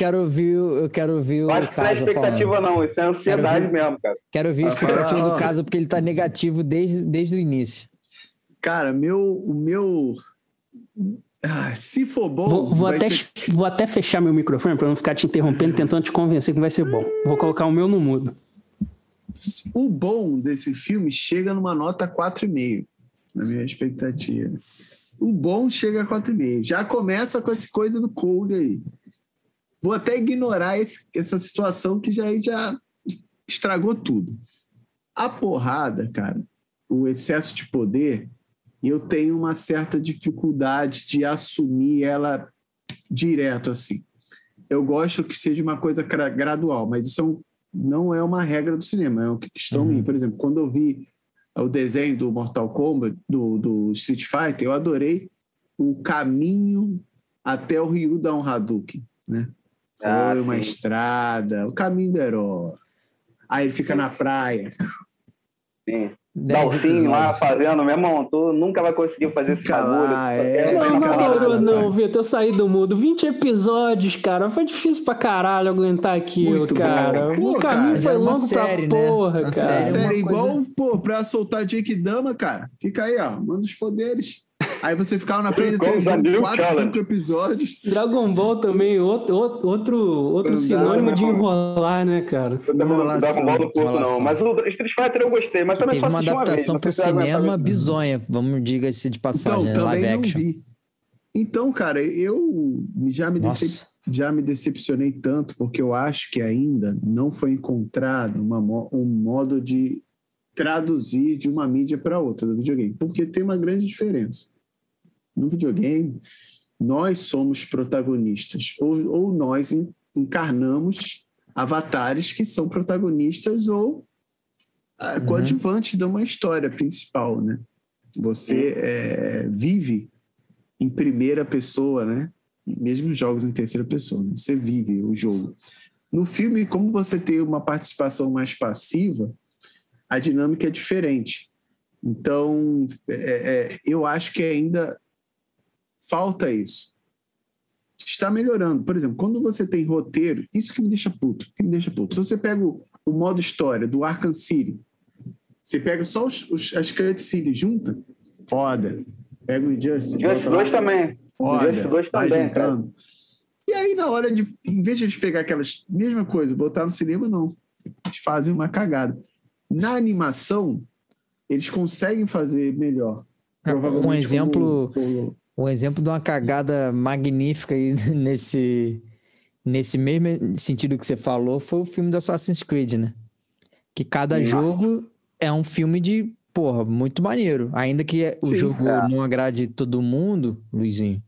ouvir o acho que não é expectativa falando. Não, isso é ansiedade mesmo, cara. Quero ouvir a expectativa do Caso, porque ele tá negativo desde o início. Cara, o meu... se for bom... Vou até fechar meu microfone para não ficar te interrompendo, tentando te convencer que vai ser bom. Vou colocar o meu no mudo. O bom desse filme chega numa nota 4,5, na minha expectativa. O bom chega a 4,5. Já começa com essa coisa do Cole aí. Vou até ignorar essa situação que já estragou tudo. A porrada, cara, o excesso de poder, eu tenho uma certa dificuldade de assumir ela direto assim. Eu gosto que seja uma coisa gradual, mas isso não é uma regra do cinema, é uma questão minha. Por exemplo, quando eu vi o desenho do Mortal Kombat, do Street Fighter, eu adorei o caminho até o Ryu dar um Hadouken, né? Foi uma estrada, o caminho do herói. Aí ele fica na praia. Sim. Dalcinho lá fazendo, meu irmão, tu nunca vai conseguir fazer esse bagulho. Não, Vitor, eu saí do mudo. 20 episódios, cara, foi difícil pra caralho aguentar aquilo, cara. Pô, o caminho foi longo série, pra porra, né? cara. Série igual, pra soltar Jake Dama, cara. Fica aí, ó, manda os poderes. Aí você ficava na frente da televisão 4, 5 episódios. Dragon Ball também, outro sinônimo de enrolar, né, cara? Dragon Ball no curto, não. Mas o Street Fighter eu gostei, mas também teve uma adaptação pro cinema bizonha, vamos diga-se de passagem, então, live também action. Não vi. Então, cara, eu já me decepcionei tanto, porque eu acho que ainda não foi encontrado um modo de traduzir de uma mídia para outra do videogame, porque tem uma grande diferença. No videogame, nós somos protagonistas, ou nós encarnamos avatares que são protagonistas ou coadjuvantes de uma história principal, né? Você vive em primeira pessoa, né? Mesmo em jogos em terceira pessoa, né? Você vive o jogo. No filme, como você tem uma participação mais passiva, a dinâmica é diferente. Então, eu acho que ainda falta isso. Está melhorando. Por exemplo, quando você tem roteiro, isso que me deixa puto. Se você pega o modo história do Arkham City, você pega só as cutscenes juntas, foda. Pega o Injustice. Injustice 2 também. Foda. Injustice 2 também, cara. E aí, na hora de, em vez de eles pegar aquelas mesma coisa, botar no cinema, não. Eles fazem uma cagada. Na animação, eles conseguem fazer melhor. Um exemplo de uma cagada magnífica aí nesse mesmo sentido que você falou foi o filme do Assassin's Creed, né? Que cada jogo é um filme de, muito maneiro. Ainda que o jogo não agrade todo mundo, Luizinho,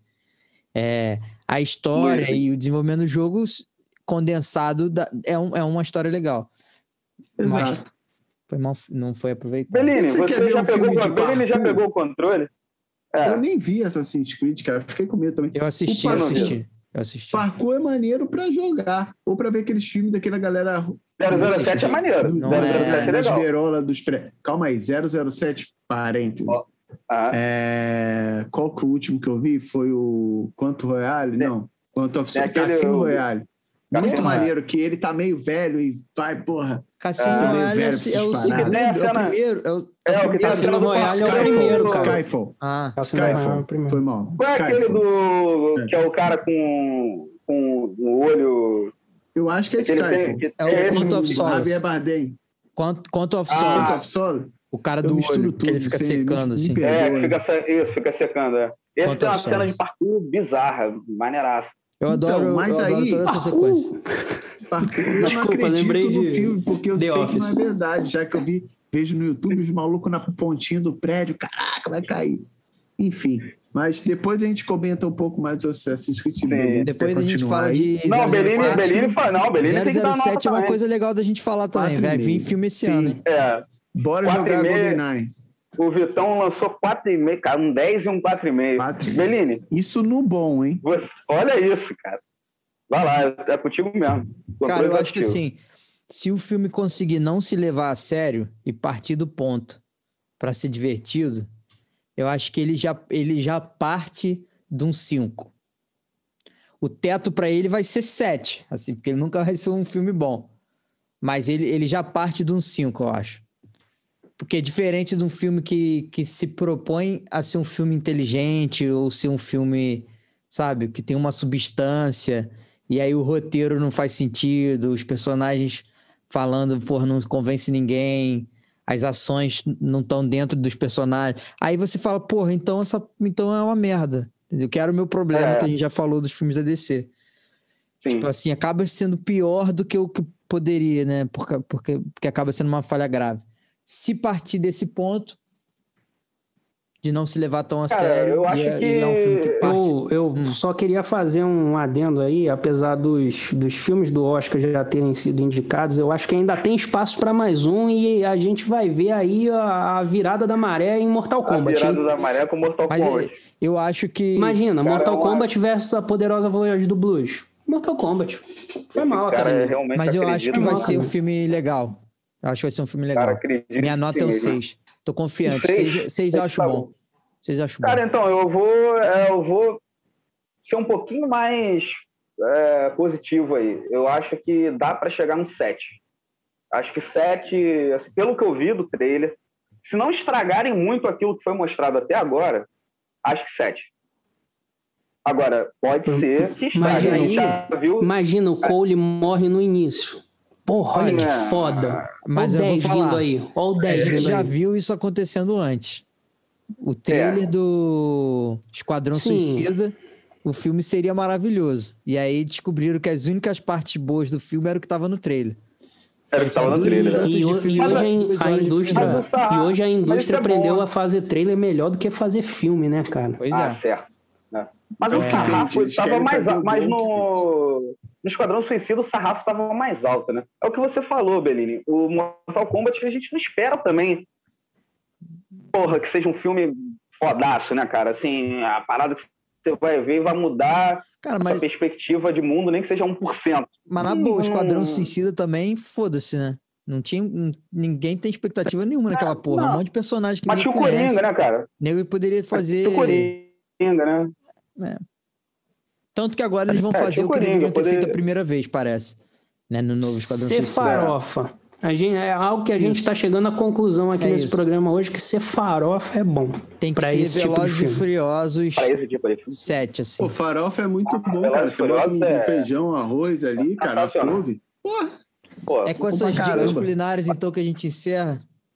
a história e o desenvolvimento do jogo condensado é uma história legal. Exato. Não foi aproveitado. Belini, você já pegou o controle? Eu nem vi Assassin's Creed, cara. Fiquei com medo também. Eu assisti. Parkour é maneiro pra jogar. Ou pra ver aqueles filmes daquela galera... 007 é maneiro. 007 é legal. Berola dos Calma aí, 007, parênteses. Qual que o último que eu vi? Foi o Quanto Royale? Não. Quanto of Cassino Royale. Muito maneiro, que ele tá meio velho e vai, porra. Cassino Royale é o segundo, é o primeiro. O que tá Cassino Royale é o primeiro, cara. Skyfall. Skyfall. Foi mal. Qual é aquele que é o cara com o olho... Eu acho que é Skyfall. É o Quantum of Solace. Javier Bardem. Quantum of Solace. O cara do olho, que ele fica secando, assim. Fica secando, Esse tem uma cena de parkour bizarra, maneiraça. Eu adoro toda essa sequência. Eu não acredito no filme, porque eu sei que não é verdade, já que eu vejo no YouTube os malucos na pontinha do prédio, caraca, vai cair. Enfim, mas depois a gente comenta um pouco mais do Assassin's Creed. Depois a gente fala de... Não, Belini 007 é uma coisa legal da gente falar também, vai vir filme esse ano, hein? Bora jogar GoldenEye. O Vitão lançou 4,5, cara. Um 10 e um 4,5. Bellini. Isso no bom, hein? Olha isso, cara. Vai lá, é contigo mesmo. Cara, eu acho que assim, se o filme conseguir não se levar a sério e partir do ponto pra ser divertido, eu acho que ele já parte de um 5. O teto pra ele vai ser 7, assim, porque ele nunca vai ser um filme bom. Mas ele já parte de um 5, eu acho. Porque é diferente de um filme que se propõe a ser um filme inteligente ou ser um filme, sabe, que tem uma substância e aí o roteiro não faz sentido, os personagens falando, porra, não convence ninguém, as ações não estão dentro dos personagens. Aí você fala, porra, então é uma merda. Entendeu? Que era o meu problema, que a gente já falou dos filmes da DC. Sim. Tipo assim, acaba sendo pior do que o que poderia, né? Porque acaba sendo uma falha grave. Se partir desse ponto de não se levar tão a sério, eu acho que é um filme que parte... Eu só queria fazer um adendo aí, apesar dos filmes do Oscar já terem sido indicados, eu acho que ainda tem espaço para mais um e a gente vai ver aí a virada da maré em Mortal Kombat. A virada da maré com Mortal Kombat. Eu acho que... Imagina, Mortal Kombat versus a poderosa Voyage do Blues. Mortal Kombat. Foi mal, cara. Mas eu acho que vai ser um filme legal. Eu acho que vai ser um filme legal. Cara, minha nota é o 6. Tô confiante. 6 eu acho bom. 6 eu acho bom. Cara, então, eu vou ser um pouquinho mais positivo aí. Eu acho que dá pra chegar no 7. Acho que 7, assim, pelo que eu vi do trailer, se não estragarem muito aquilo que foi mostrado até agora, acho que 7. Agora, pode ser que estrague. Imagina, o Cole morre no início. Porra, olha que foda. Mas eu vou falar, aí. Olha o 10 a gente já viu isso acontecendo antes. O trailer do Esquadrão Suicida, o filme seria maravilhoso. E aí descobriram que as únicas partes boas do filme eram o que estava no trailer. Era o que estava no trailer. E hoje a indústria aprendeu a fazer trailer melhor do que fazer filme, né, cara? Pois é. Certo. Mas o sarrafo estava mais alto. Mas no Esquadrão Suicida o sarrafo estava mais alto, né? É o que você falou, Bellini. O Mortal Kombat que a gente não espera também. Porra, que seja um filme fodaço, né, cara? Assim, a parada que você vai ver e vai mudar a perspectiva de mundo, nem que seja 1%. Mas na boa, o Esquadrão Suicida também, foda-se, né? Ninguém tem expectativa nenhuma naquela porra. Um monte de personagem que mas ninguém conhece. Mas tinha o Coringa, né, cara? Nego poderia fazer... O Coringa, né? Tanto que agora eles vão fazer o que deveriam ter feito a primeira vez, parece. Né? No novo Esquadrão Suicida. Ser farofa. É algo que a gente está chegando à conclusão aqui nesse programa hoje, que ser farofa é bom. Tem que ser Velozes e Furiosos 7, assim. Pô, farofa é muito bom, cara. Você bota um feijão, arroz ali, cara, couve. Porra. É com essas dicas culinárias, então, que a gente encerra?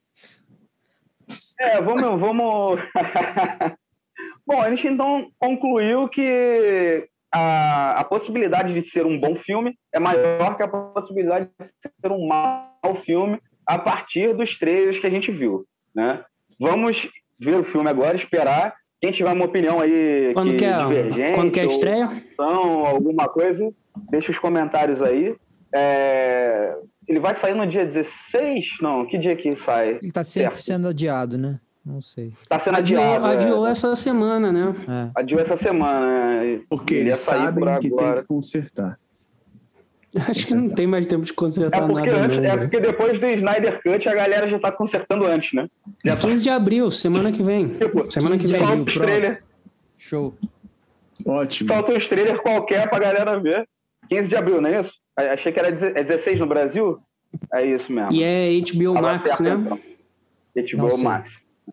Vamos... Bom, a gente então concluiu que a possibilidade de ser um bom filme é maior que a possibilidade de ser um mau filme a partir dos trailers que a gente viu, né? Vamos ver o filme agora, esperar. Quem tiver uma opinião aí divergente, quando que é a estreia? Alguma coisa, deixa os comentários aí. Ele vai sair no dia 16? Não, que dia que sai? Ele tá sempre sendo adiado, né? Não sei. Tá sendo adiado. Adiou essa semana, né? Adiou essa semana. Porque eles sabem que tem que consertar. Acho que não tem mais tempo de consertar nada. Porque depois do Snyder Cut a galera já tá consertando antes, né? 15 de abril, semana que vem. Semana que vem. Solta os trailers. Show. Ótimo. Solta uns trailers qualquer pra galera ver. 15 de abril, não é isso? Achei que era 16 no Brasil. É isso mesmo. E é HBO Max, né? Então. HBO Max.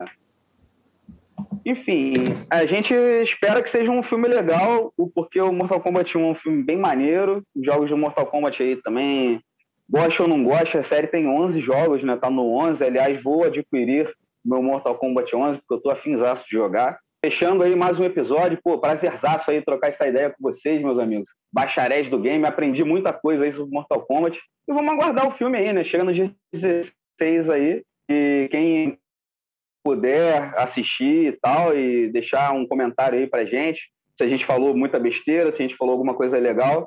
Enfim, a gente espera que seja um filme legal, porque o Mortal Kombat 1 é um filme bem maneiro. Os jogos de Mortal Kombat aí também, gosta ou não gosta, a série tem 11 jogos, né? Tá no 11, aliás, vou adquirir meu Mortal Kombat 11, porque eu tô afinzaço de jogar. Fechando aí mais um episódio, prazerzaço aí trocar essa ideia com vocês, meus amigos. Bacharéis do game, aprendi muita coisa aí sobre Mortal Kombat. E vamos aguardar o filme aí, né? Chega no dia 16 aí, e quem puder assistir e tal, e deixar um comentário aí pra gente, se a gente falou muita besteira, se a gente falou alguma coisa legal,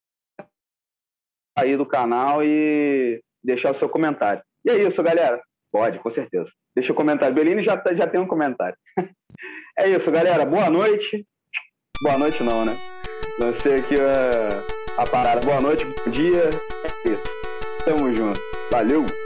aí do canal e deixar o seu comentário. E é isso, galera. Pode, com certeza. Deixa o comentário. Bellini já tem um comentário. É isso, galera. Boa noite. Boa noite não, né? Não sei aqui a parada. Boa noite, bom dia. É isso. Tamo junto. Valeu.